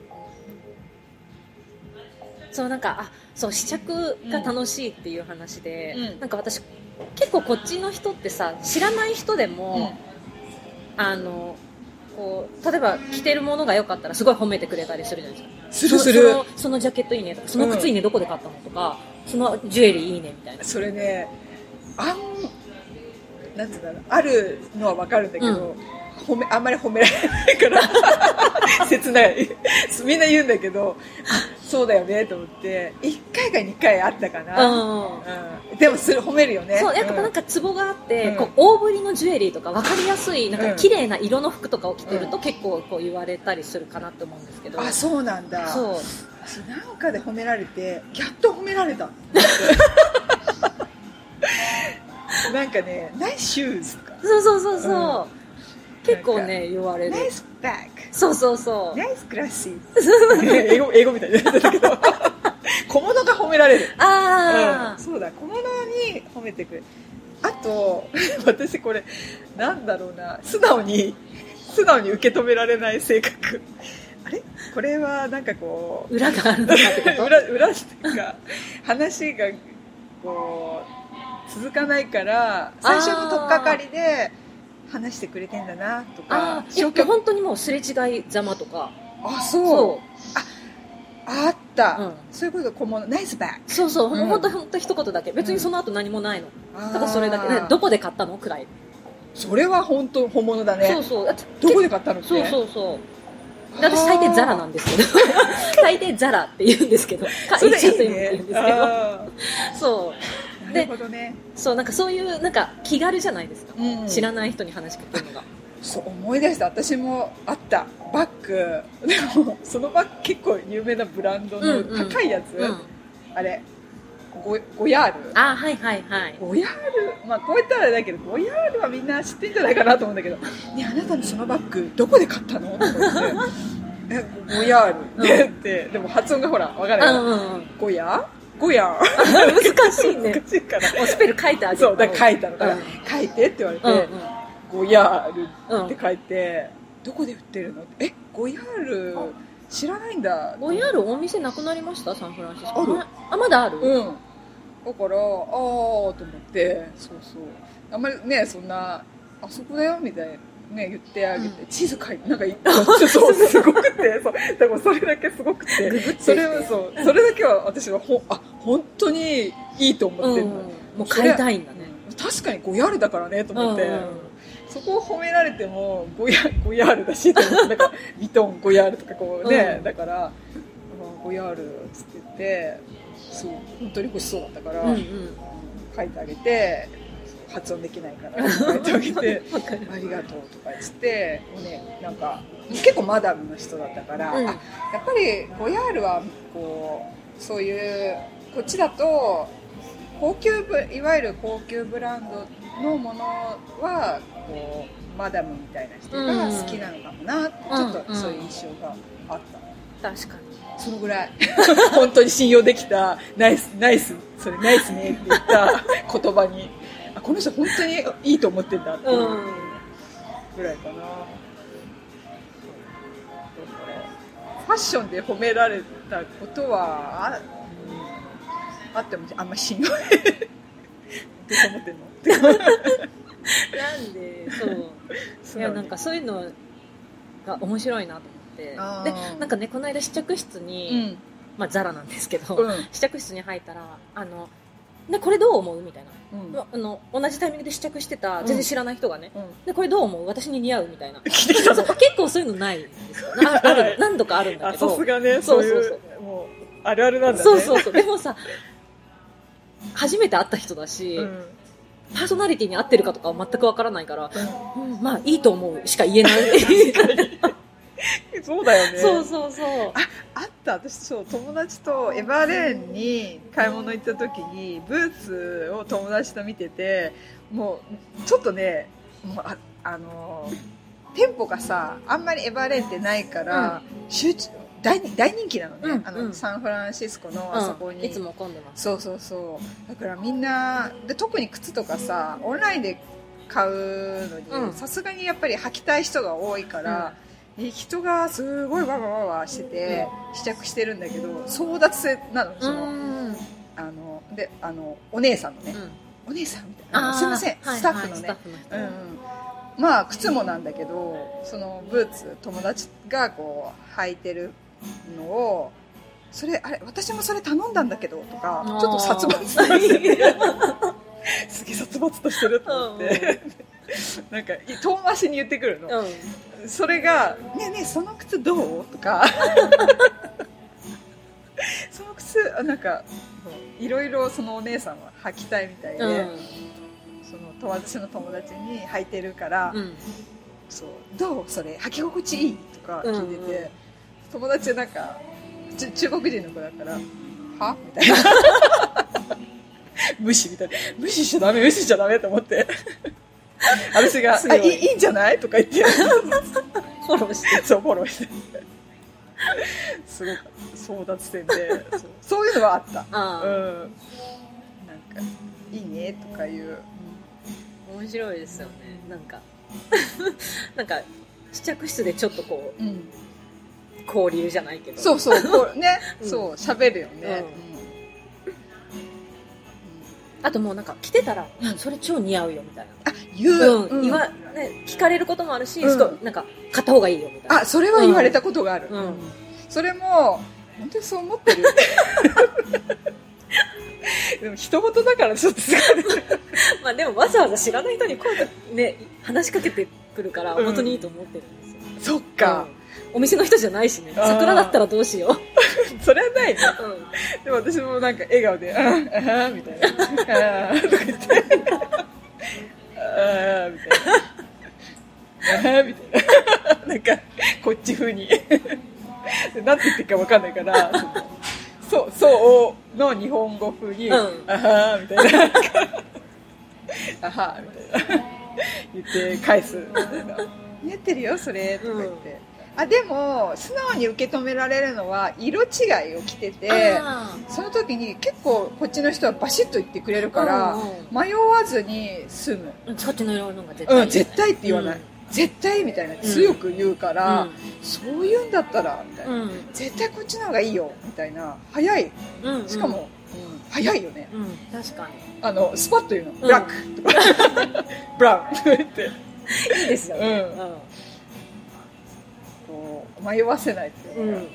と。そうなんかそう試着が楽しいっていう話で、なんか私結構こっちの人ってさ知らない人でも、こう例えば着てるものが良かったらすごい褒めてくれたりするじゃないですか。 するそのジャケットいいねとか、その靴いいね、どこで買ったのとか、そのジュエリーいいねみたいな。 それねなんていうんだろう、あるのは分かるんだけど、あんまり褒められないから切ないみんな言うんだけど、そうだよねと思って、1回か2回あったかな、でも褒めるよね。 そうやっぱなんかツボがあって、こう大ぶりのジュエリーとか分かりやすいなんか綺麗な色の服とかを着てると結構こう言われたりするかなと思うんですけど、 そうなんだ。そうなんかで褒められて、やっと褒められたなんかね、ナイスシューズとか、 そう結構ね言われる。 ナイスバッグ、そうナイスグラス英語みたいになってたけど小物が褒められる。そうだ、小物に褒めてくれる。あと私これなんだろうな、素直に受け止められない性格。あれこれはなんかこう裏があるのかってこと裏っていうか話がこう続かないから最初の取っかかりで話してくれてんだなとか。 本当にもうすれ違いざまとか。 あった、そういうこと。小物ナイスバッグ。 そう本当一言だけ、別にその後何もないの、ただそれだけ、どこで買ったのくらい。 それは本当本物だね。どこで買ったのって。 私最低ザラなんですけど最低ザラって言うんですけど、 それいいねって言うんですけどそうなるほどね。 なんかそういうなんか気軽じゃないですか、知らない人に話しかけるのが。 そう思い出した。私もあったバッグ。でもそのバッグ結構有名なブランドの高いやつ、あれゴヤール。 はいゴヤール、まあこう言ったらあれだけど、ゴヤールはみんな知ってんじゃないかなと思うんだけど、ね、あなたのそのバッグどこで買ったのと思ってゴヤールってでも発音がほら分からない。ゴヤ難しいね。 難しいからスペル書いてあげる。 そうだから書いたのから、書いてって言われて、ゴヤールって書いて、どこで売ってるの？ゴヤール知らないんだ。 ゴヤールお店なくなりました？サンフランシスコ。まだある？ だからと思って、あんまりね、そんなあそこだよみたいなね言ってあげて、地図書いてなんかそうすごくて、だからそれだけすごくて、それだけは私は本当にいいと思ってるの。 もう買いたいんだね。 確かにゴヤールだからねと思って、そこを褒められてもゴヤールだしと思って、なんかビトンゴヤールとかこうね、だからゴヤールつって言って、そう本当に欲しそうだったから、書いてあげて、発音できないから書いてあげてありがとうとか言って、なんか結構マダムの人だったから、やっぱりゴヤールはこうそういうこっちだといわゆる高級ブランドのものはこうマダムみたいな人が好きなのかもなって、ちょっとそういう印象があった。 確かにそのぐらい本当に信用できたナイスそれナイスねって言った言葉に、この人本当にいいと思ってんだっていうぐらいかな。ファッションで褒められたことはあってもあんまり信用どう思ってんのなんでそういやなんかそういうのが面白いなと思って、でなんかねこの間試着室に、まあザラなんですけど、試着室に入ったらでこれどう思うみたいな、同じタイミングで試着してた全然知らない人がね、でこれどう思う私に似合うみたいな結構そういうのないんですよ何度かあるんだけど、 さすがねそういうもうあるあるなんだね。 そうでもさ初めて会った人だし、パーソナリティに合ってるかとかは全くわからないから、まあいいと思うしか言えないそうだよね。 そうあった私そう友達とエバーレーンに買い物行った時にブーツを友達と見てて、もうちょっとねもう店舗がさあんまりエバーレーンってないから、大人気なのね、サンフランシスコのあそこに、 いつも混んでます。 そうだからみんなで特に靴とかさオンラインで買うのにさすがにやっぱり履きたい人が多いから、人がすごいわわしてて試着してるんだけど争奪戦なの、でお姉さんのね、お姉さんみたいな、すいません、スタッフのね、まあ靴もなんだけどそのブーツ友達がこう履いてるのをそれ私もそれ頼んだんだけどとかちょっと殺伐としててすげえ殺伐としてると思ってなんか遠回しに言ってくるの、それがねえねえその靴どうとかその靴なんかいろいろそのお姉さんは履きたいみたいで、その私の友達に履いてるから、そうどうそれ履き心地いいとか聞いてて、友達はなんか中国人の子だからはみたいな無視みたいな、無視しちゃダメと思って私がいいんじゃないとか言ってフォローしてすごく争奪戦でそういうのはあった。なんかいいねとかいう、 面白いですよね。なんか試着室でちょっとこう、交流じゃないけどそうね、そう喋るよね、 あともうなんか着てたら、それ超似合うよみたいな聞かれることもあるし、なんか買った方がいいよみたいな、 それは言われたことがある、それも本当にそう思ってるでも人事だからちょっと疲れるまあでもわざわざ知らない人に声ね話しかけてくるから本当にいいと思ってるんですよ、 そっか、 お店の人じゃないしね。桜だったらどうしようそれはないね、でも私もなんか笑顔でみたいなとか言ってみたいなみたいななんかこっち風になんて言ってるか分かんないからそうの日本語風に、あはーみたいなあはーみたいな言って返すみたいな似合ってるよそれとか言って、でも素直に受け止められるのは色違いを着てて、その時に結構こっちの人はバシッと言ってくれるから、迷わずに済む。 そっちの色の方が絶対、 絶対って言わない、絶対みたいな強く言うから、そういうんだったらみたいな、絶対こっちの方がいいよみたいな、早い、しかも、早いよね、 確かにスパッと言うの、ブラックとかブラウンとか言っていいですよね、 迷わせないっていうか、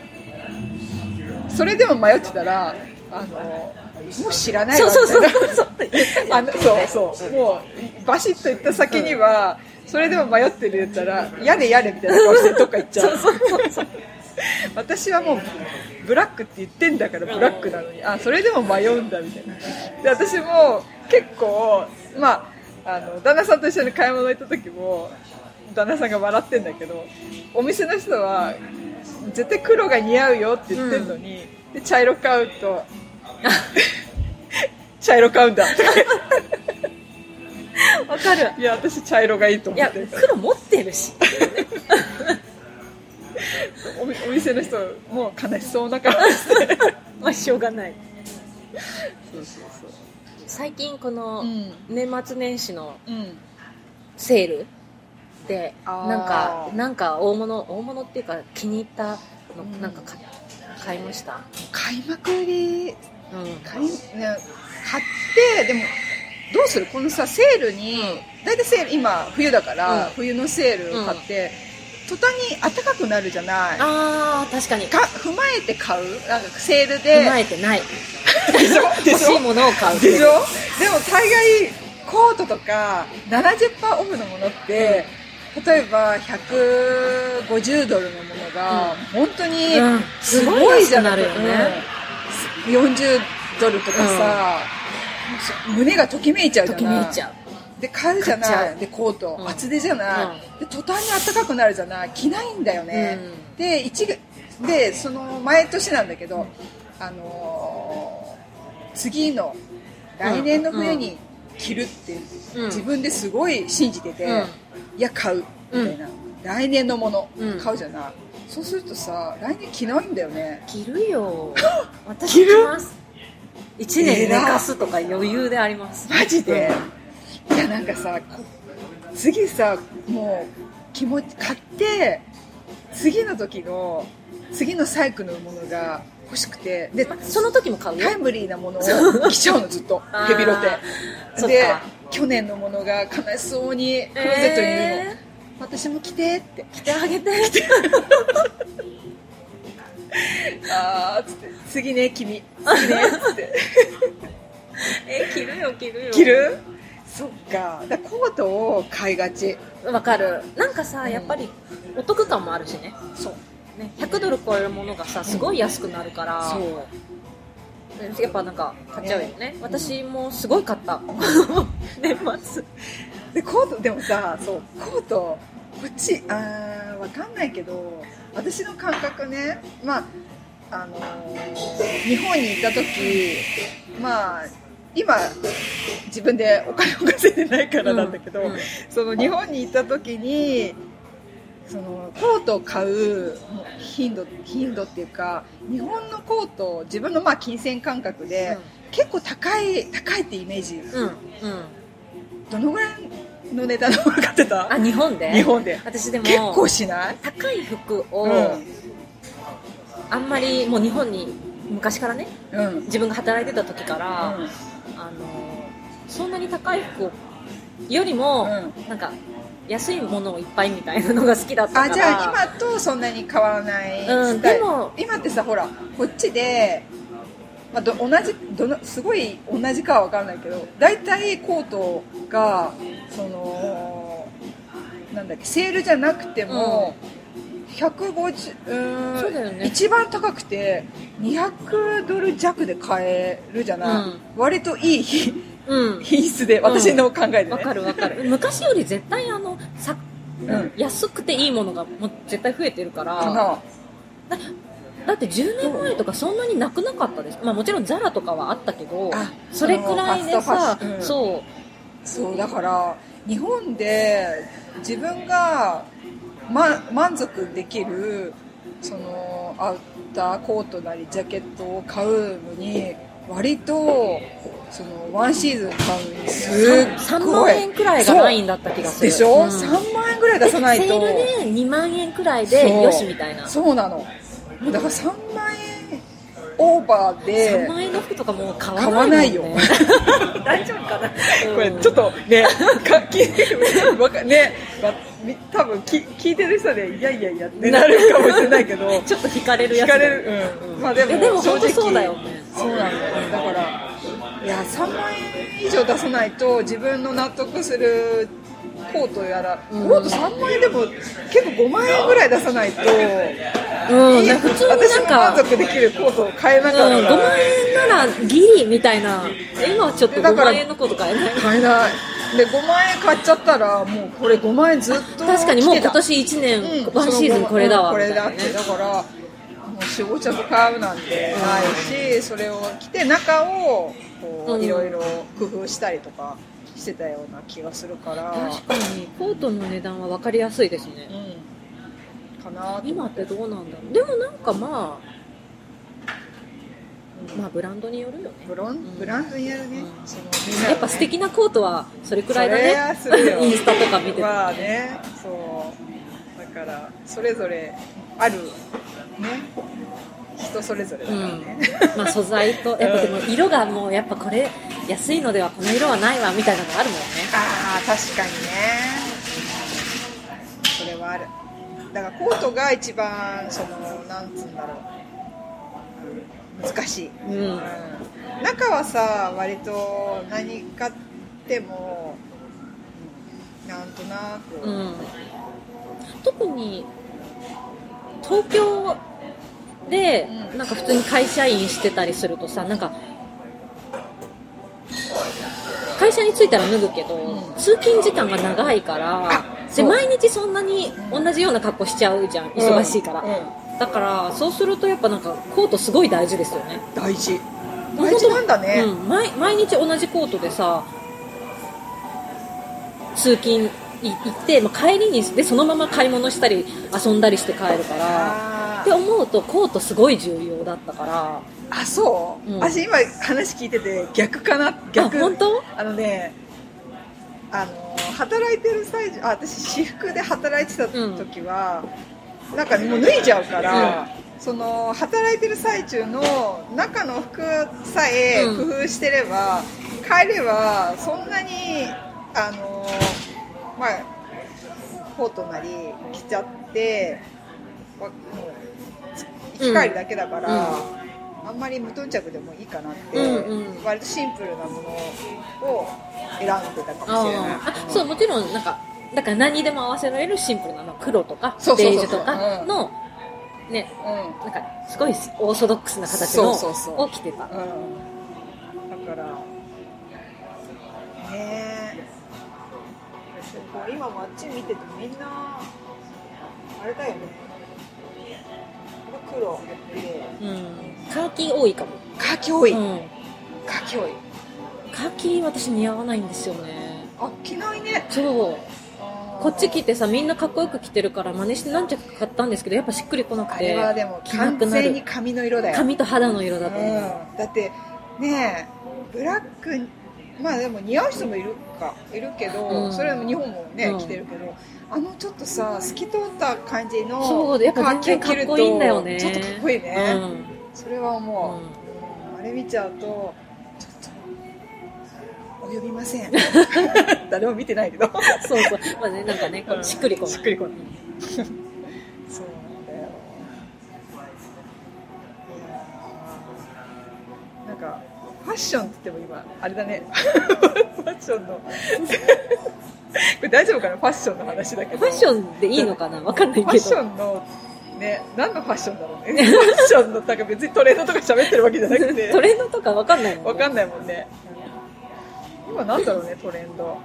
それでも迷ってたらもう知らないわみたいなそうもうバシッと言った先にはそれでも迷ってる言ったらやれやれみたいな顔してどっか行っちゃう私はもうブラックって言ってんだからブラックなのにそれでも迷うんだみたいなで私も結構旦那さんと一緒に買い物行った時も旦那さんが笑ってんだけど、お店の人は絶対黒が似合うよって言ってるのに、で茶色買うと茶色買うんだわかる。 いや私茶色がいいと思ってるから、 黒持ってるしお店の人も悲しそうな顔してまあしょうがない。そう最近この年末年始のセールでなんか大物っていうか気に入ったのなんか買いました。 買いまくり、買ってでもどうするこのさセールに、だいたいセール今冬だから、冬のセールを買って、途端に暖かくなるじゃない。 あー確かに踏まえて買うなんかセールで踏まえてないでしょ欲しいものを買うでしょ。でも大概コートとか 70% オフのものって、例えば$150のものが本当にすごいじゃない、$40とかさ、胸がときめいちゃうじゃない。 ときめいちゃうで買うじゃない。でコート、厚手じゃない、で途端に暖かくなるじゃない。着ないんだよね、でその毎年なんだけど、次の来年の冬に着るって自分ですごい信じてて、いや買うみたいな、来年のもの買うじゃない、そうするとさ来年着ないんだよね。 着るよ私着ます。1年寝かすとか余裕であります。 マジで、いやなんかさ次さもう気持ち買って次のサイクルのものが欲しくて、でその時も買うよ。 タイムリーなものを着ちゃうのずっとヘビロテで、去年のものが悲しそうにクローゼットにいるの、私も着てって着てあげてあーっつって次ね君次ねっつって着るよ着る。そっか、だコートを買いがち。 わかる。なんかさ、やっぱりお得感もあるしね。 そうね、$100超えるものがさすごい安くなるから、 そうやっぱなんか買っちゃうよね。私もすごい買った年末でコートでもさ、そうコートこっちわかんないけど、私の感覚ね、まあ日本にいた時、まあ今自分でお金を稼いでないからなんだけど、その日本にいた時にそのコートを買う頻度っていうか、日本のコート自分のまあ金銭感覚で、結構高いってイメージ、どのぐらいの値段のもの買ってた？ 日本で私でも結構しない？ 高い服を、あんまりもう日本に昔からね、自分が働いてた時から、そんなに高い服よりも、なんか安いものをいっぱいみたいなのが好きだったから。 じゃあ今とそんなに変わらないスタイル。でも今ってさ、ほらこっちで、まあ、すごい同じかは分からないけど、だいたいコートがそのなんだっけ、セールじゃなくても、150、 そうだよね、 一番高くて$200弱で買えるじゃない、割といい品質で、私の考えでね。 わかる昔より絶対安くていいものがもう絶対増えてるからだって10年前とかそんなになくなかったです。まあもちろんザラとかはあったけど、それくらいでさ、 そうだから日本で自分が、満足できるそのアウターコートなりジャケットを買うのに割とそのワンシーズン買うのにすっごい 3万円くらいがないんだった気がするでしょ、3万円くらい出さないとセールで2万円くらいでよしみたいな。 そうなの。だから3万円オーバーで 3万円の服とかもう買わないよ大丈夫かな、 これちょっとね聞いてるね、多分聞いてる人でいやってなるかもしれないけどちょっと惹かれるやつまあでも本当そうだよね。 そうなんだよ。だからいや3万円以上出さないと自分の納得するコートやら、コート3万円でも結構5万円ぐらい出さないと、 普通に私も満足できるコートを買えなかった、 5万円ならギリみたいな。今はちょっと5万円のコート買えないで5万円買っちゃったらもうこれ5万円ずっと確かにもう今年1年、ワンシーズンこれだわこれだって、だからもう45着買うなんてないし、それを着て中をこういろいろ工夫したりとかしてたような気がするから、 確かにコートの値段は分かりやすいですね、 かな。 今ってどうなんだろう。でもなんかまあブランドによるよね。 ブランドによるね、 やっぱ素敵なコートはそれくらいだね。インスタとか見てて、 ね、そうだからそれぞれある人それぞれだからね、 まあ素材とやっぱでも色がもうやっぱこれ安いのではこの色はないわみたいなのがあるもんね。 ああ確かにね、それはある。だからコートが一番そのなんつうんだろう、難しい、中はさ割と何買ってもなんとなく、 特に東京でなんか普通に会社員してたりするとさ、なんか会社に着いたら脱ぐけど、通勤時間が長いからで毎日そんなに同じような格好しちゃうじゃん、忙しいから、だからそうするとやっぱなんかコートすごい大事ですよね。 大事なんだね、 毎日同じコートでさ通勤行って、帰りにでそのまま買い物したり遊んだりして帰るからって思うとコートすごい重要だったから。 あ、そう、私今話聞いてて逆かな。逆。 本当？ 働いてる最中、私私服で働いてた時は、なんかもう脱いじゃうから、その働いてる最中の中の服さえ工夫してれば、帰ればそんなにコートなり着ちゃってもう生き返るだけだから、あんまり無頓着でもいいかなって、割とシンプルなものを選んでたかもしれない。 そう、もちろんなんかだから何にでも合わせられるシンプルな黒とかベージュとかのね、なんかすごいオーソドックスな形のを着てた。だからね、今もあっち見ててみんなあれだよね、黒で、 カーキ多いかも。 カーキ多い、カーキ私似合わないんですよね。 あ、着ないね。 そう、こっち来てさみんなかっこよく着てるから真似して何着か買ったんですけどやっぱしっくりこなくて。 あれはでも完全に髪の色だよ。 髪と肌の色だと思う、 だってねえブラック、でも似合う人もいるけど、それも日本もね、着てるけど、ちょっとさ透き通った感じのそうやっぱ全然かっこいいんだよね。 ちょっとかっこいいね、それは思う、あれ見ちゃうとちょっと及びません誰も見てないけどそうね、なんかねしっくりこないそうなんだよ。なんかファッションって言っても今あれだねファッションのこれ大丈夫かな、ファッションの話だけど。 ファッションでいいのかな、わかんないけど。 ファッションのね、何のファッションだろうね。ファッションのなんか別にトレンドとか喋ってるわけじゃなくてトレンドとかわかんないもんね。 わかんないもんね。今なんだろうね、トレンド。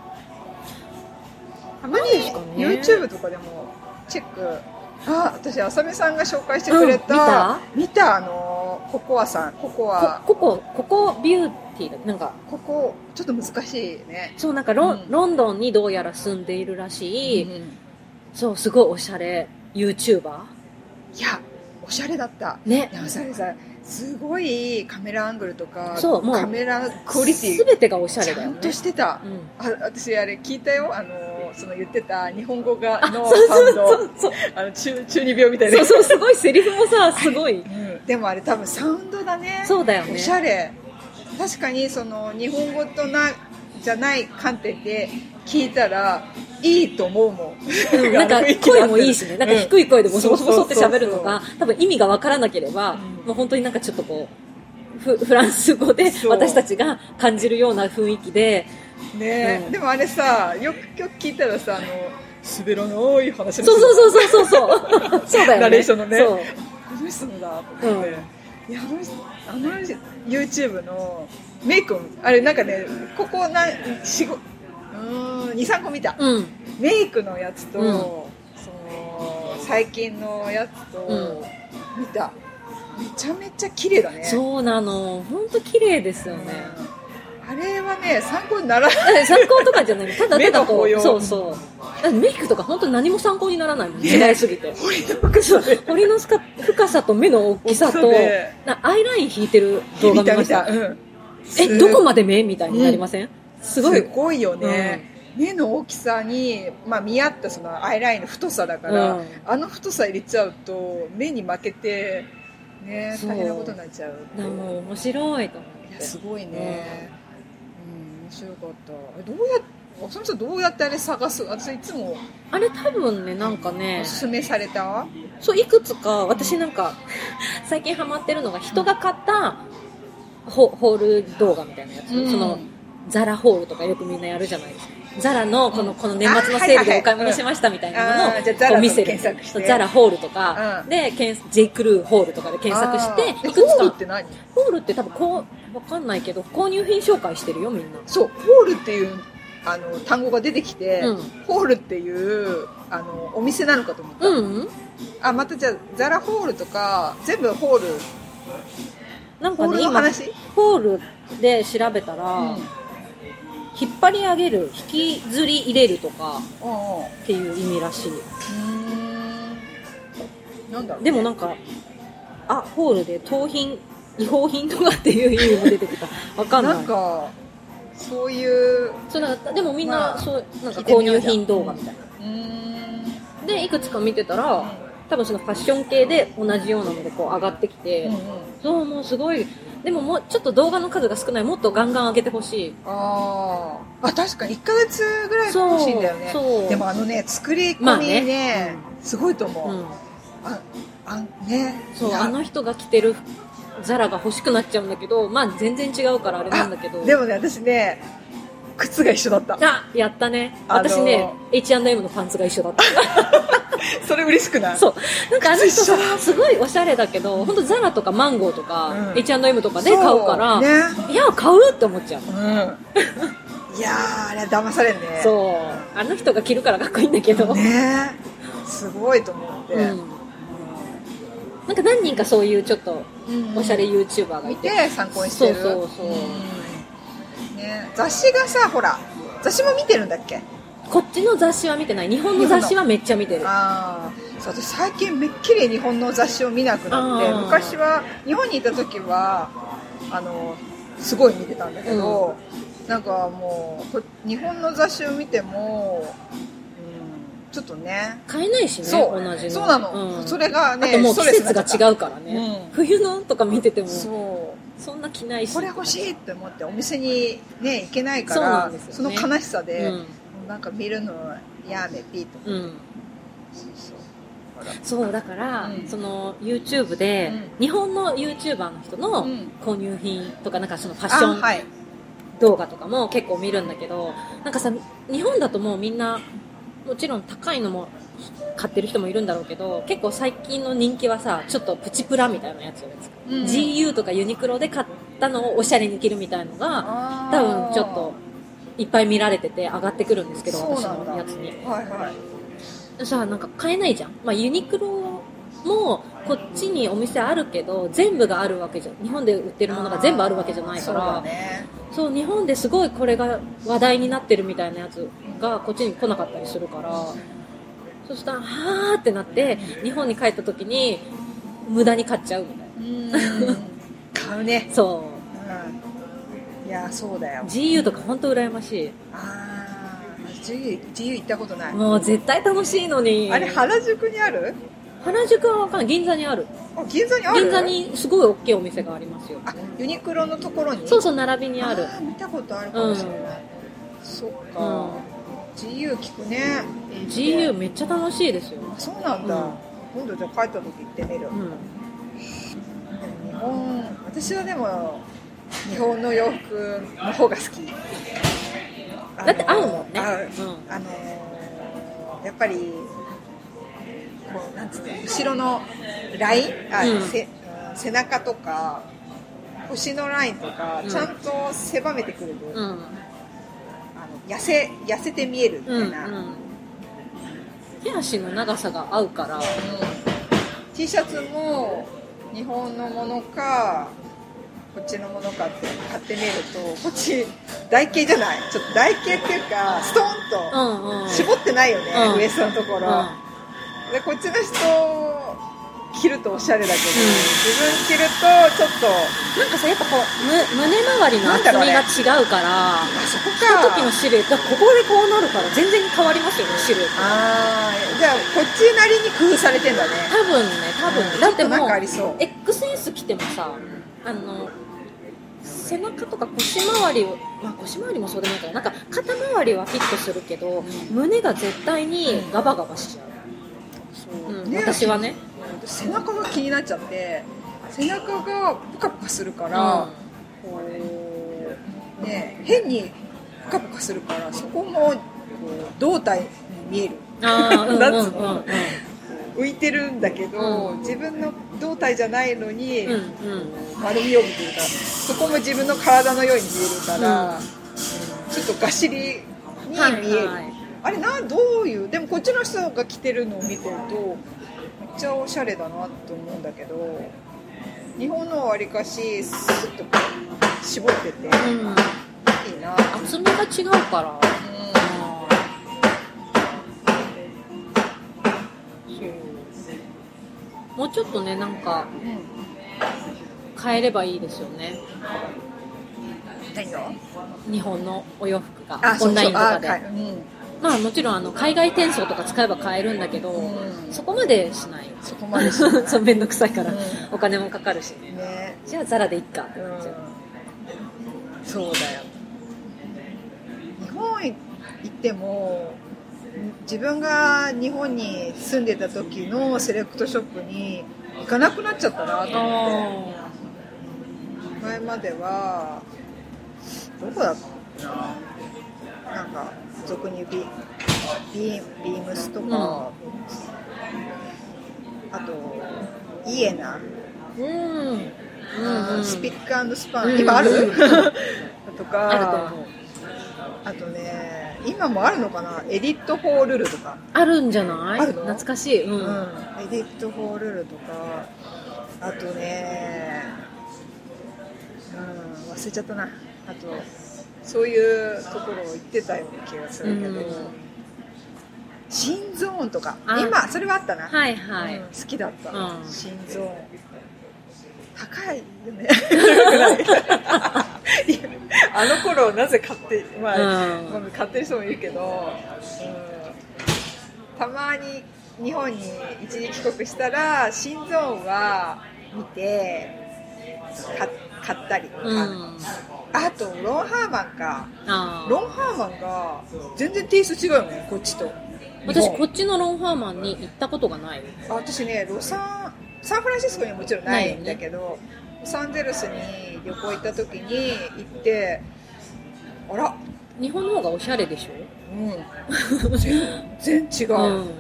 たまに YouTube とかでもチェック。私浅見さんが紹介してくれた、見たココアさん、ココビューティーだ、なんかここちょっと難しいね。 そう、なんかロンドンにどうやら住んでいるらしい、そうすごいおしゃれ YouTuber。 いやおしゃれだったね。 でもさすごいカメラアングルとか、 そうもうカメラクオリティ全てがおしゃれだよね。 ちゃんとしてた、私あれ聞いたよ、その言ってた日本語のサウンド、中二病みたいな。 そうすごいセリフもさすごい、 でもあれ多分サウンドだね。 そうだよね、 おしゃれ。確かにその日本語とじゃない観点で聞いたらいいと思うもん。 なんか声もいいしね、なんか低い声でボソボソボソって喋るのが多分意味が分からなければ、もう本当になんかちょっとこうフランス語で私たちが感じるような雰囲気でね、でもあれさよく聞いたらさ滑らない話そうそうだよね、 ナレーションのね、 そうこの人のだと思って、いやYouTube のメイクあれなんかね、ここ2,3 個見た、メイクのやつと、その最近のやつと、見た。めちゃめちゃ綺麗だね。 そうなの、本当綺麗ですよね、 あれはね参考にならない。 参考とかじゃない、ただこうそうメイクとか本当に何も参考にならないもん、時代すぎて。彫りの深さと目の大きさとアイライン引いてる動画見ました。どこまで目みたいになりません？すごいよね、 目の大きさに、まあ、見合ったそのアイラインの太さだから、あの太さ入れちゃうと目に負けて、ね、大変なことになっちゃう。 もう面白いと思って。 いやすごいね、面白かった。どうやっておさみさんどうやってあれ探す？私いつもあれ多分ね、なんかね、 おすすめされた？ そう、いくつか私なんか最近ハマってるのが、人が買ったホール動画みたいなやつ、そのザラホールとかよくみんなやるじゃないですか。ザラのこの年末のセールでお買い物しましたみたいなものを見せる。ザラホールとかで、J. クルーホールとかで検索して、いくつか。 ホールって何？ ホールって多分わかんないけど、購入品紹介してるよみんな。 そう、ホールっていう単語が出てきて、ホールっていうお店なのかと思った。またじゃあザラホールとか全部ホールなんかね、今ホールで調べたら、引っ張り上げる、引きずり入れるとかっていう意味らしい。 なんだろうね、 でもなんかホールで盗品、違法品とかっていう意味も出てきた。わかんない。 なんかそういうでもみんなそうなんか購入品動画みたいな。でいくつか見てたら、多分そのファッション系で同じようなのでこう上がってきて、そうもうすごい。でももうちょっと動画の数が少ない、もっとガンガン上げてほしい。 確かに1ヶ月ぐらい欲しいんだよね。でも作り込みね、すごいと思う。 そう、あの人が着てるザラが欲しくなっちゃうんだけど、まあ全然違うからあれなんだけど。 でもね、私ね、靴が一緒だった。 やったね。私ね、H&M のパンツが一緒だった。 それ嬉しくない？ そう。なんかあの人さ、すごいおしゃれだけど、本当ザラとかマンゴーとか、H&M とかで買うから、いや、買うって思っちゃう。 いやー、あれは騙されるね。 そう。あの人が着るからかっこいいんだけど。 ね、すごいと思って。 なんか何人かそういうちょっとおしゃれ YouTuber がいて、 見て参考にしてる。そう。ね、雑誌がさ、ほら、雑誌も見てるんだっけ？ こっちの雑誌は見てない。日本の雑誌はめっちゃ見てる。 そう、私最近めっきり日本の雑誌を見なくなって、昔は日本にいた時はすごい見てたんだけど、なんかもう日本の雑誌を見ても、ちょっとね買えないしね、同じの。 そうなの、それがね、 あともう季節が違うからね、冬のとか見ててもそんな着ないし、 これ欲しいって思ってお店にね行けないから、その悲しさで、なんか見るのやめピーと、 そうだから、その YouTube で、日本の YouTuber の人の購入品とか、なんかそのファッション動画とかも結構見るんだけど、なんかさ、日本だともうみんなもちろん高いのも買ってる人もいるんだろうけど、結構最近の人気はさ、ちょっとプチプラみたいなやつじゃないですか、GU とかユニクロで買ったのをおしゃれに着るみたいのが多分ちょっといっぱい見られてて上がってくるんですけど、私のやつに。さあ、なんか買えないじゃん。まあユニクロもこっちにお店あるけど、全部があるわけじゃ、日本で売ってるものが全部あるわけじゃないから、そう、日本ですごいこれが話題になってるみたいなやつがこっちに来なかったりするから、そしたらはーってなって日本に帰った時に無駄に買っちゃうみたいな。 買うね。 そう、 いやそうだよ。 GU とか本当羨ましい。 GU 行ったことない。 もう絶対楽しいのに。 あれ原宿にある？ 原宿は分かんない。銀座にある。 銀座にある？ 銀座にすごい大きいお店がありますよ。 ユニクロのところに？そう、 並びにある。 見たことあるかもしれない。そっか、GU 聞くね。 GU めっちゃ楽しいですよ。 そうなんだ、今度じゃあ帰った時行ってみる。でも日本、私はでも日本の洋服の方が好き。 だって合うもんね。 やっぱりこうなんつって後ろのライン、背中とか腰のラインとかちゃんと狭めてくれる、痩せて見えるみたいな、 手足の長さが合うから、 T シャツも日本のものかこっちのものかって買ってみると、こっち台形じゃない、ちょっと台形っていうかストーンと絞ってないよね、ウエストのところ、でこっちの人着るとおしゃれだけど、自分着るとちょっとなんかさ、やっぱこう胸周りの厚みが違うから、 そこか着た時のシルエット、ここでこうなるから全然変わりますよね、シルエット。 じゃあこっちなりに工夫されてんだね。 多分ね、だってもう XS 着てもさ、背中とか腰回りを、腰回りもそうでもないから、なんか肩周りはフィットするけど、胸が絶対にガバガバしちゃう。私はね、 背中が気になっちゃって、背中がプカプカするから、こうね、変にプカプカするから、そこもこう胴体に見える。浮いてるんだけど、自分の胴体じゃないのに、丸みを帯びてるから、そこも自分の体のように見えるから、ちょっとがっしりに見える。あれどういう、でもこっちの人が着てるのを見てるとめっちゃおしゃれだなと思うんだけど、日本のはわりかしスッと絞ってて、いいな。 厚みが違うから、もうちょっとね、なんか変えればいいですよね。 何が？ 日本のお洋服がオンラインとかで。もちろん海外転送とか使えば買えるんだけど、そこまでしない。 そこまでしない。 そう、めんどくさいから、お金もかかるしね。じゃあザラでいっかってなっちゃう。 そうだよ。日本行っても、自分が日本に住んでた時のセレクトショップに行かなくなっちゃったなと思って。前まではどこだったかな、なんか俗にビームスとか、あとイエナ、スピック&スパン、今ある？とか、あとね、今もあるのかな、エディット・ホールルとかあるんじゃない？ あるの？ 懐かしい。エディット・ホールルとか、あとね、忘れちゃったな。あとそういうところ行ってたような気がするけど、シンゾーンとか、今それはあったな。好きだった。シンゾーン高いよね。あの頃なぜ買って、買ってる人もいるけど、たまに日本に一時帰国したらシンゾーンは見て買ったりとか、あとロンハーマンか。ロンハーマンが全然テイスト違うよね、こっちと。 私こっちのロンハーマンに行ったことがない。 私ね、サンフランシスコにはもちろんないんだけど、ロサンゼルスに旅行行った時に行って、あら、 日本の方がおしゃれでしょ？ 全然違う。もう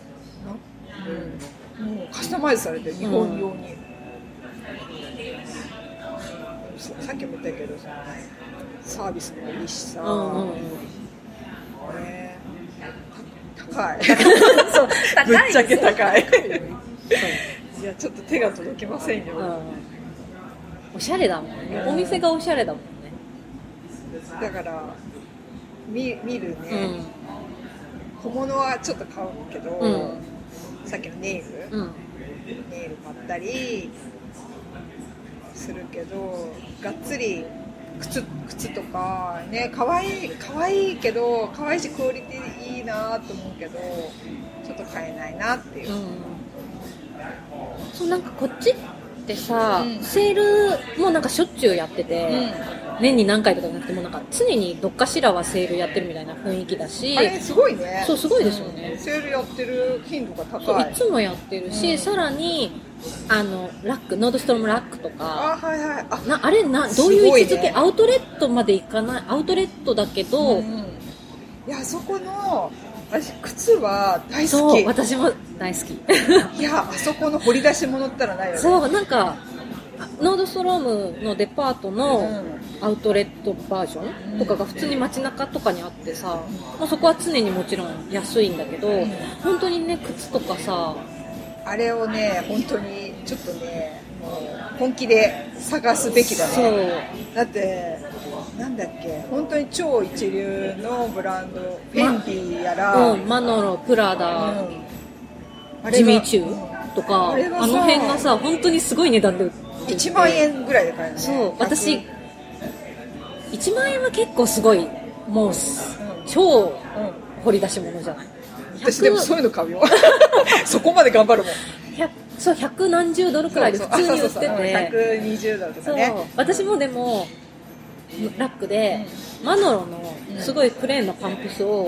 カスタマイズされてる、日本用に。さっきも言ったけどさ、サービスもいいしさ、高い。そう、ぶっちゃけ高い。いや、ちょっと手が届きませんよ。 おしゃれだもんね。お店がおしゃれだもんね。 だから見るね、小物はちょっと買うけど、さっきのネイル買ったりするけど、がっつり靴とかね、可愛いけど、可愛いしクオリティいいなと思うけど、ちょっと買えないなっていう。 そう、なんかこっちってさ、セールもなんかしょっちゅうやってて、年に何回とかじゃなくてもなんか常にどっかしらはセールやってるみたいな雰囲気だし、 あれすごいね。 そう、すごいですよね。 セールやってる頻度が高い。 いつもやってるし、さらにラック、ノードストロームラックとか、 あれどういう位置づけ、アウトレットまで行かない、アウトレットだけど、 いや、あそこの私靴は大好き。 そう、私も大好き。 いや、あそこの掘り出し物ったらないよね。 そう、なんかノードストロームのデパートのアウトレットバージョンとかが普通に街中とかにあってさ、そこは常にもちろん安いんだけど、本当にね、靴とかさ、 あれをね、本当にちょっとね、もう本気で探すべきだね。そうだって、なんだっけ、本当に超一流のブランド、フェンディやら、 マノロ、プラダ、ジミーチュー、 とかあの辺がさ本当にすごい値段で売ってて 1万円ぐらいで買えるね。 そう私1万円は結構すごいもう、超掘り出し物じゃない。 私でもそういうの買うよそこまで頑張るもん。 そう100何十ドルくらいで普通に売ってて 120ドルとかね。 そう私もでもラックで、マノロのすごいプレーンのパンプスを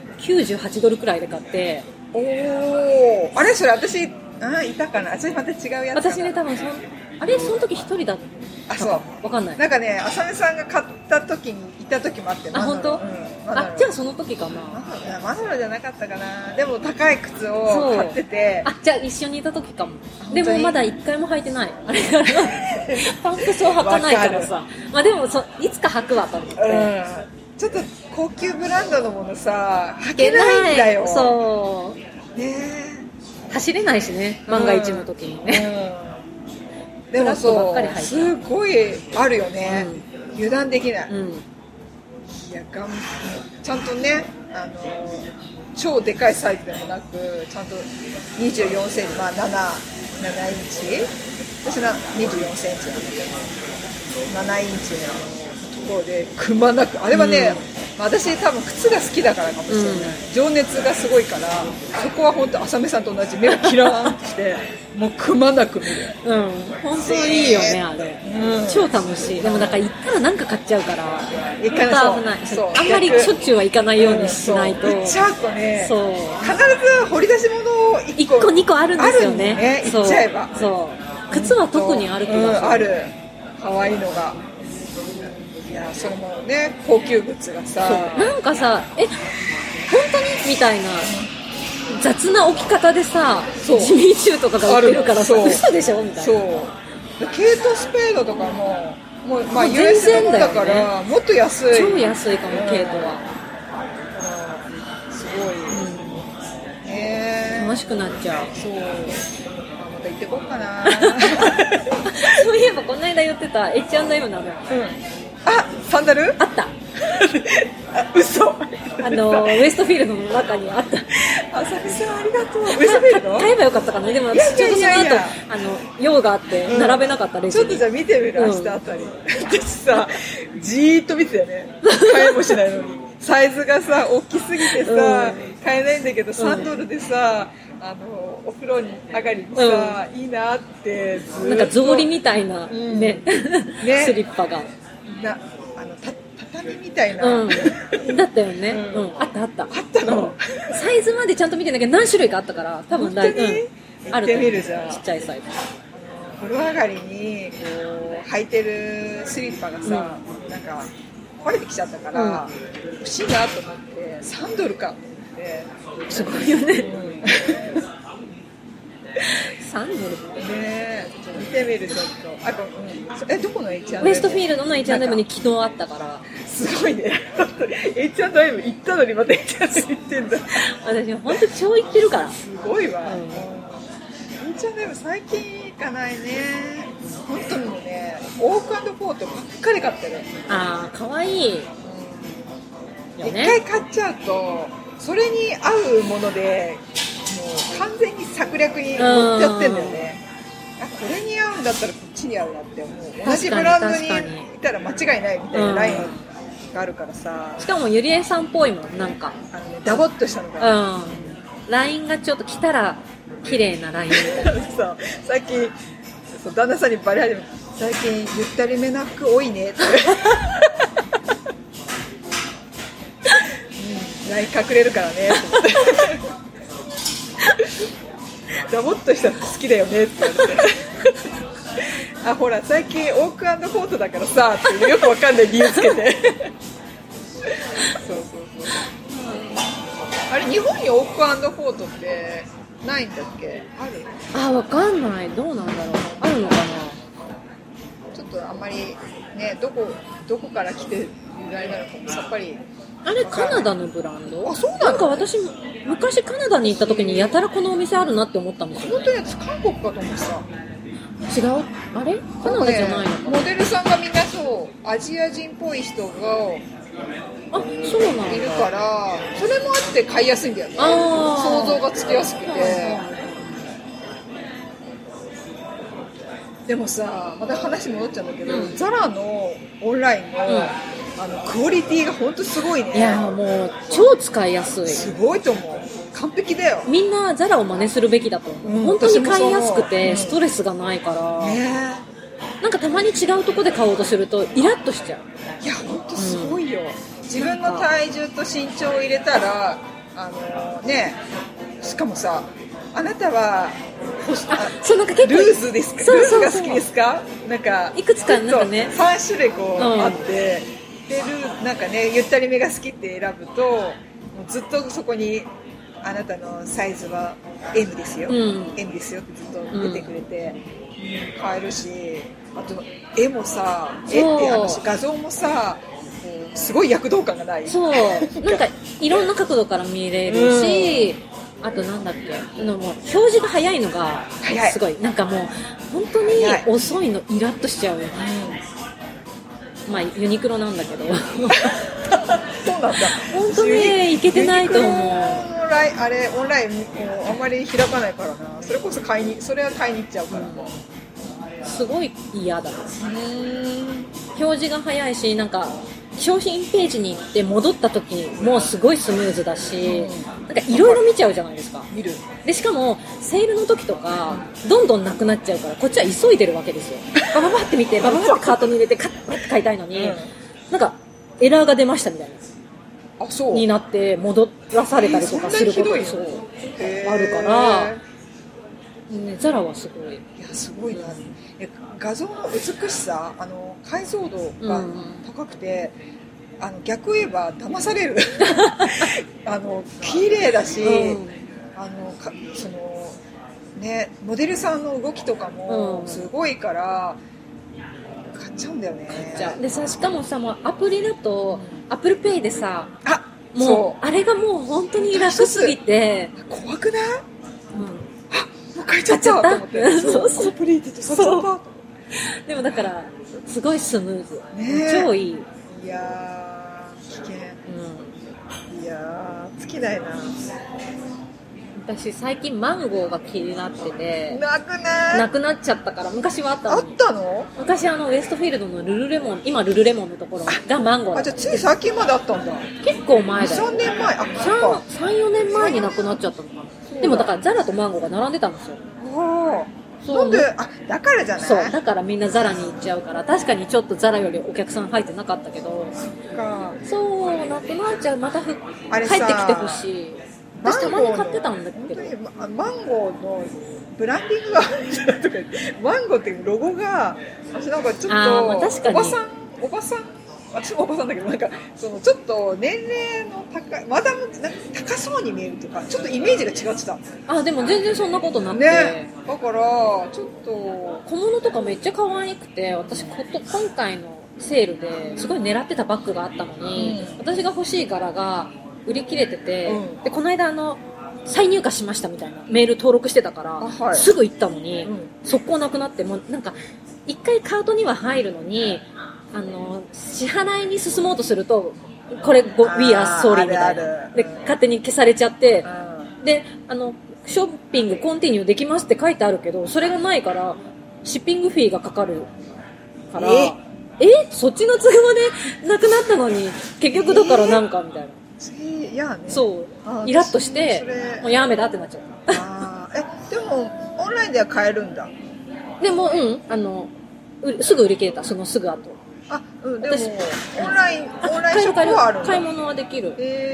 98ドルくらいで買って、 おあれそれ私いたかな。私また違うやつかな。 私ね多分その時一人だったか分かんない。 なんかね浅見さんが買った時にいた時もあって。 本当？じゃあその時かな。 マノロじゃなかったかな。でも高い靴を買ってて。 じゃあ一緒にいた時かも。でもまだ1回も履いてない。あれからパンプスを履かないからさ。まあでもいつか履くわと思って。 ちょっと高級ブランドのものさ履けないんだよ。そうね。 走れないしね万が一の時にね。 でもそうすごいあるよね。油断できない。いやちゃんとね超でかいサイズでもなくちゃんと24センチまあ7インチ私は24センチなんだけど7インチのところでくまなくあれはね、私多分靴が好きだからかもしれない、情熱がすごいからそこは本当浅見さんと同じ目がキラーンとしてもうくまなく見る。 本当いいよねあれ、超楽しい。でもだから行ったら何か買っちゃうから行かない。 あんまりしょっちゅうは行かないようにしないと、 行っちゃうとね必ず掘り出し物を1個 2個あるんですよね。 行っちゃえば靴は特にある気がする。 ある可愛いのが。いやそれもね高級物がさなんかさ本当にみたいな雑な置き方でさジミーチューとかが売ってるからさ嘘でしょみたいな。 そうケイトスペードとかもうまあ US のものだからもっと安い。 超安いかもケイトは。 すごい楽しくなっちゃう。 そうまた行ってこうかなそういえばこの間言ってた H&M なの。 サンダルあった嘘ウエストフィールドの中にあった。 浅見さんありがとう。ウエストフィールド買えばよかったかな。でも私ちょっとその後用があって並べなかったレジに。 ちょっとじゃあ見てみる明日あたり。私さじーっと見てたよね買えもしないのにサイズがさ大きすぎてさ買えないんだけど3ドルでさお風呂に上がりにさいいなってずっとなんか草履みたいなねスリッパが畳みたいな、 だったよね、あったの、サイズまでちゃんと見てんだけど何種類かあったから多分あると思う。ちっちゃいサイズ風呂上がりにこう履いてるスリッパがさ、なんか壊れてきちゃったから、欲しいなと思って3ドルかと思ってすごいよね、3ドルね見てみるちょっとどこの H&M？ ウエストフィールドの H&M に昨日あったからすごいねH&M 行ったのにまた H&M 行ってんだ私本当超行ってるからすごいわ、H&M 最近行かないね本当にもねオーク&フォートばっかり買ってる。 かわいい、 一回買っちゃうとそれに合うものでもう完全に策略に乗っちゃってんだよね。これに合うんだったらこっちに合うなって思う。同じブランドにいたら間違いないみたいなラインがあるからさ、 しかもゆりえさんっぽいもんなんかダボっとしたのが、 ラインがちょっと来たら綺麗なラインみたいなそう最近旦那さんにバレ始めて最近ゆったりめな服多いねってライン隠れるからねってダボっとした服好きだよねって言われてほら最近オーク&フォートだからさっていうよくわかんない理由つけてそうあれ日本にオーク&フォートってないんだっけ？ある？ わかんない。どうなんだろう。あるのかな。 ちょっとあんまりねどこから来て由来なのかもさっぱり。 あれカナダのブランド？ そうなの？ なんか私昔カナダに行った時にやたらこのお店あるなって思ったんですよ。 本当に私韓国かと思ってた。 違う？あれ？カナダじゃないのか。 モデルさんがみんなそうアジア人っぽい人がそうなんだ。 いるからそれもあって買いやすいんだよね。想像がつきやすくて。 でもさ、また話戻っちゃうんだけど、ザラのオンラインの、クオリティが本当すごいね。 いやもう超使いやすい。 すごいと思う。完璧だよ。 みんなザラを真似するべきだと思う。本当に買いやすくてストレスがないから。なんかたまに違うとこで買おうとするとイラッとしちゃう。 いや本当すごいよ。自分の体重と身長を入れたらね、しかもさ、あなたはそうなんか結構ルーズですか？ルーズが好きですか？なんかいくつかなんかね 3種類こうあって、でなんかねゆったりめが好きって選ぶともうずっとそこにあなたのサイズは M ですよ、M ですよってずっと出てくれて、買えるし、あと絵もさ、絵って話、画像もさ、すごい躍動感がない。 そうなんかいろんな角度から見れるし、あとなんだっけ、もう表示が早いのがすごい、なんかもう本当に遅いのイラッとしちゃうよね。まあユニクロなんだけどそうなんだ。 本当にいけてないと思う。 あれオンラインあんまり開かないからな。それこそそれは買いに行っちゃうからもう、 すごい嫌だ。表示が早いし、なんか商品ページに行って戻った時もすごいスムーズだし、なんかいろいろ見ちゃうじゃないですか。 見る。でしかもセールの時とかどんどんなくなっちゃうから、こっちは急いでるわけですよ。バババって見てバババってカートに入れてカッて買いたいのに、なんかエラーが出ましたみたいなになって戻らされたりとかすることがあるから、ザラはすごい。 いやすごいな。画像の美しさ、解像度が高くて、逆を言えば騙される綺麗だし、そのね、モデルさんの動きとかもすごいから、買っちゃうんだよね。 でさ、しかもさ、もうアプリだとアップルペイでさ、もうあれがもう本当に楽すぎて怖くない？もう買っちゃったと思って。そうプリーティとさそう。 でもだからすごいスムーズ、超いい。 いやー危険、いやー尽きないな。 私最近マンゴーが気になってて、 なくなっちゃったから。昔はあったのに。 あったの？ 昔ウエストフィールドのルルレモン、今ルルレモンのところがマンゴーだった。 じゃあつい最近まであったんだ。 結構前だよ。 3年前。 3、4年前になくなっちゃったのかな。でもだからザラとマンゴーが並んでたんですよ。 なんで、だからじゃない？ そうだからみんなザラに行っちゃうから。確かにちょっとザラよりお客さん入ってなかったけど、そうなくなっちゃう。また帰ってきてほしい。私たまに買ってたんだけど、 マンゴーのブランディングがとか、マンゴーっていうロゴが私なんかちょっとおばさん私もおばさんだけど、なんかそのちょっと年齢の高い、まだ高そうに見えるというか、ちょっとイメージが違ってた。 でも全然そんなことなくて、 ね、だからちょっと小物とかめっちゃ可愛くて、私今回のセールですごい狙ってたバッグがあったのに、私が欲しい柄が売り切れてて、でこの間再入荷しましたみたいなメール登録してたから、すぐ行ったのに、速攻なくなって、もうなんか一回カートには入るのに、支払いに進もうとするとこれ We are sorry みたいなで勝手に消されちゃって、でショッピングコンティニューできますって書いてあるけど、それがないからシッピングフィーがかかるから、そっちの都合でなくなったのに結局だからなんかみたいな。そうイラッとしてもうやめだってなっちゃった。 でもオンラインでは買えるんだ。 でもすぐ売り切れた、そのすぐ後。 でもオンラインショップはあるんだ。 買い物はできる。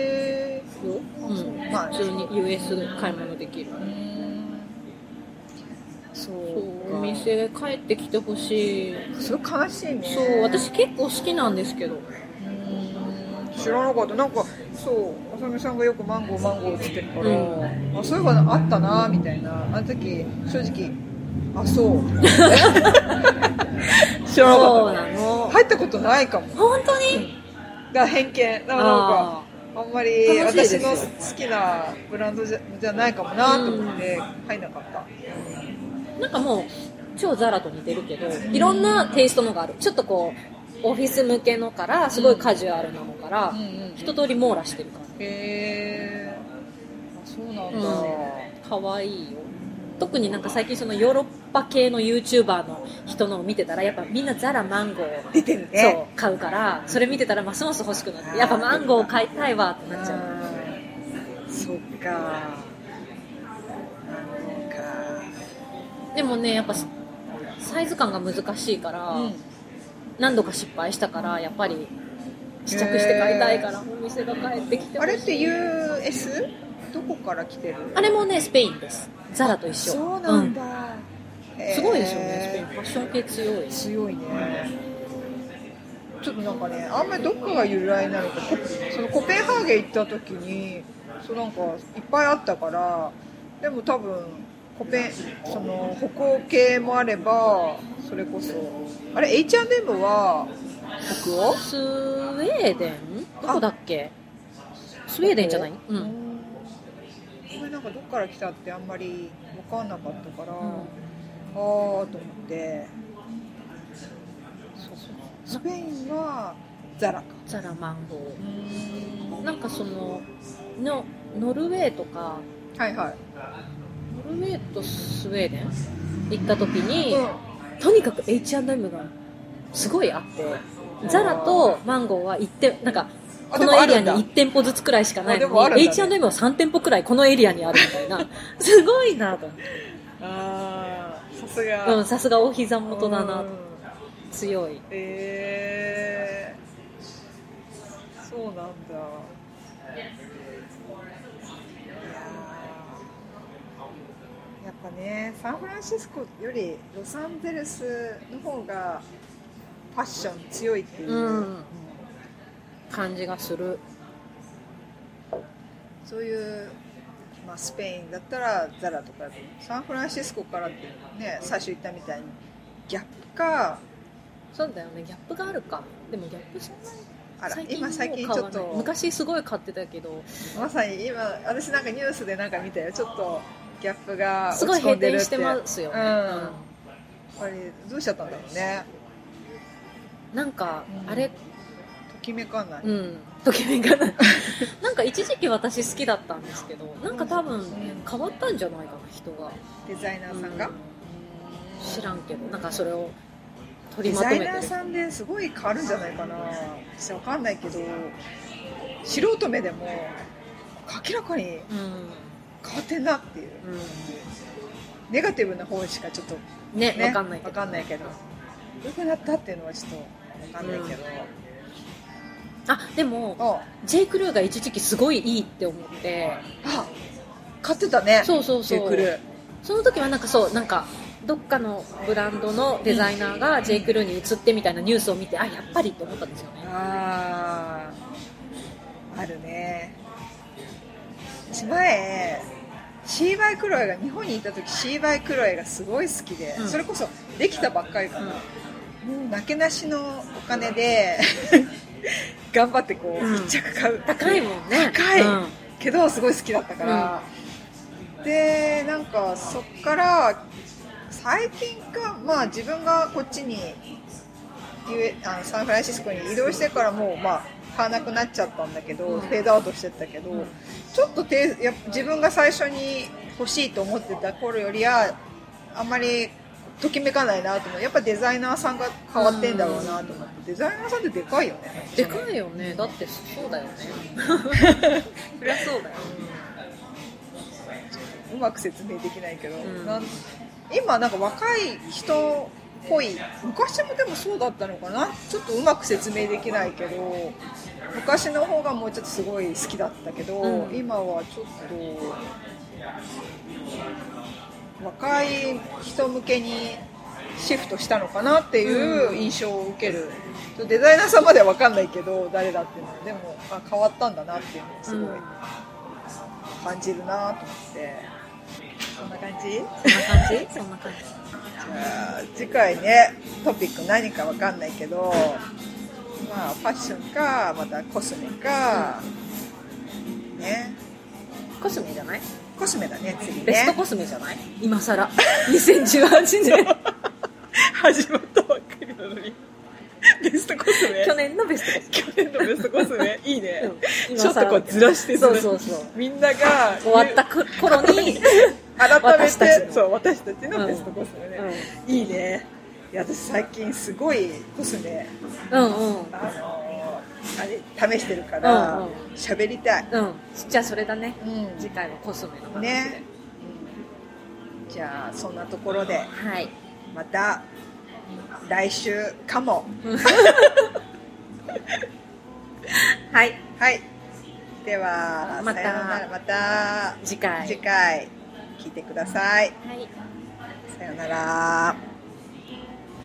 まあ普通に US 買い物できる。そうお店帰ってきてほしい。 すごい悲しいね。 そう私結構好きなんですけど。 知らなかった。なんかそうあさみさんがよくマンゴーって言ってるから、そういえばあったなみたいな。あの時正直そう知らなかった。入ったことないかも。 本当に？ が偏見。なんかあんまり私の好きなブランドじゃないかもなと思って入んなかった。 なんかもう超ザラと似てるけど、いろんなテイストのがある。ちょっとこうオフィス向けのからすごいカジュアルなのから、一通り網羅してるから。 そうなんだ。 可愛いよ。 特になんか最近そのヨーロッパ系の YouTuber の人のを見てたらやっぱみんなザラマンゴー出てるね。 そう買うから、それ見てたらますます欲しくなって、やっぱマンゴー買いたいわってなっちゃう。 そっか。 でもねやっぱサイズ感が難しいから、何度か失敗したからやっぱり試着して買いたいからお店が帰ってきてほしい。 あれって US？ どこから来てる？ あれもねスペインです。ザラと一緒。 そうなんだ、 すごいですよねスペイン。ファッション系強いね。ちょっとなんかね、あんまりどっかが由来なのか、そのコペンハーゲン行った時にそうなんかいっぱいあったから、でも多分その北欧系もあれば、それこそあれ H&M は北欧？ スウェーデンどこだっけ？スウェーデンじゃない？これなんかどっから来たってあんまり分かんなかったから、ああと思って。スペインはザラマンゴー。なんかそのノルウェーとか、 はいはい、 ノルウェーとスウェーデン行った時に、とにかく H&M がすごいあって、ザラとマンゴーはなんかこのエリアに1店舗ずつくらいしかないのに、H&M は3店舗くらいこのエリアにあるみたいなすごいなと思って。さすがお膝元だな。強い。 そうなんだ。やっぱね、サンフランシスコよりロサンゼルスの方がファッション強いっていう、 感じがする。 そういう、スペインだったらザラとか、サンフランシスコからってね、最初言ったみたいにギャップか。 そうだよね、ギャップがあるか。でもギャップそんなに最近ちょっと昔すごい買ってたけど、 まさに今私なんかニュースでなんか見たよ。ちょっとギャップが落ち込んでるって。 すごい閉店してますよね。 やっぱりどうしちゃったんだろうね。 なんか、あれときめかない。 ときめかないなんか一時期私好きだったんですけど、なんか多分変わったんじゃないかな、人が。 デザイナーさんが、 知らんけど、なんかそれを取りまとめてる。 デザイナーさんですごい変わるんじゃないかな。私わかんないけど、素人目でも明らかに変わってんなっていう、ネガティブな方しかちょっとね、わかんないけど、 良くなったっていうのはちょっとわかんないけど、 でもJ. クルーが一時期すごいいいって思って、 買ってたね。 そう J. クルー。 その時はなんかどっかのブランドのデザイナーが J. クルーに移ってみたいなニュースを見て、やっぱりって思ったんですよね。 あるね。前シーバイクロエが日本にいた時、シーバイクロエがすごい好きで、それこそできたばっかりから、もうなけなしのお金で頑張って一着買う。 高いもんね。 高い、けどすごい好きだったから、でなんかそっから最近か、自分がこっちにサンフランシスコに移動してからもう買わなくなっちゃったんだけど、フェードアウトしてったけど、ちょっと自分が最初に欲しいと思ってた頃よりはあんまりときめかないなと思って、やっぱデザイナーさんが変わってんだろうなと思って。デザイナーさんってでかいよね。 でかいよね。だってそうだよねそりゃそうだよ、 うまく説明できないけど、今なんか若い人っぽい、昔もでもそうだったのかな、ちょっとうまく説明できないけど、昔の方がもうちょっとすごい好きだったけど、今はちょっと若い人向けにシフトしたのかなっていう印象を受ける。デザイナーさんまでは分かんないけど誰だっていうのは、でも変わったんだなっていうのをすごい感じるなと思って。そんな感じ？ そんな感じ。 じゃあ次回ね、トピック何か分かんないけど、ファッションかまたコスメか、ね。 コスメじゃない？ コスメだね、次ね。 ベストコスメじゃない？今更2018年始まったばっかりなのにベストコスメ。 去年のベストコスメいいね、ちょっとずらして、 そうみんなが終わった頃に改め私たちてそう私たちのベストコスメね、いいね。いや私最近すごいコスメ、あれ試してるから喋りたい。 じゃあそれだね、次回はコスメの話でね。 じゃあそんなところで、また来週かもはい、ではまた次回聞いてください。さよなら。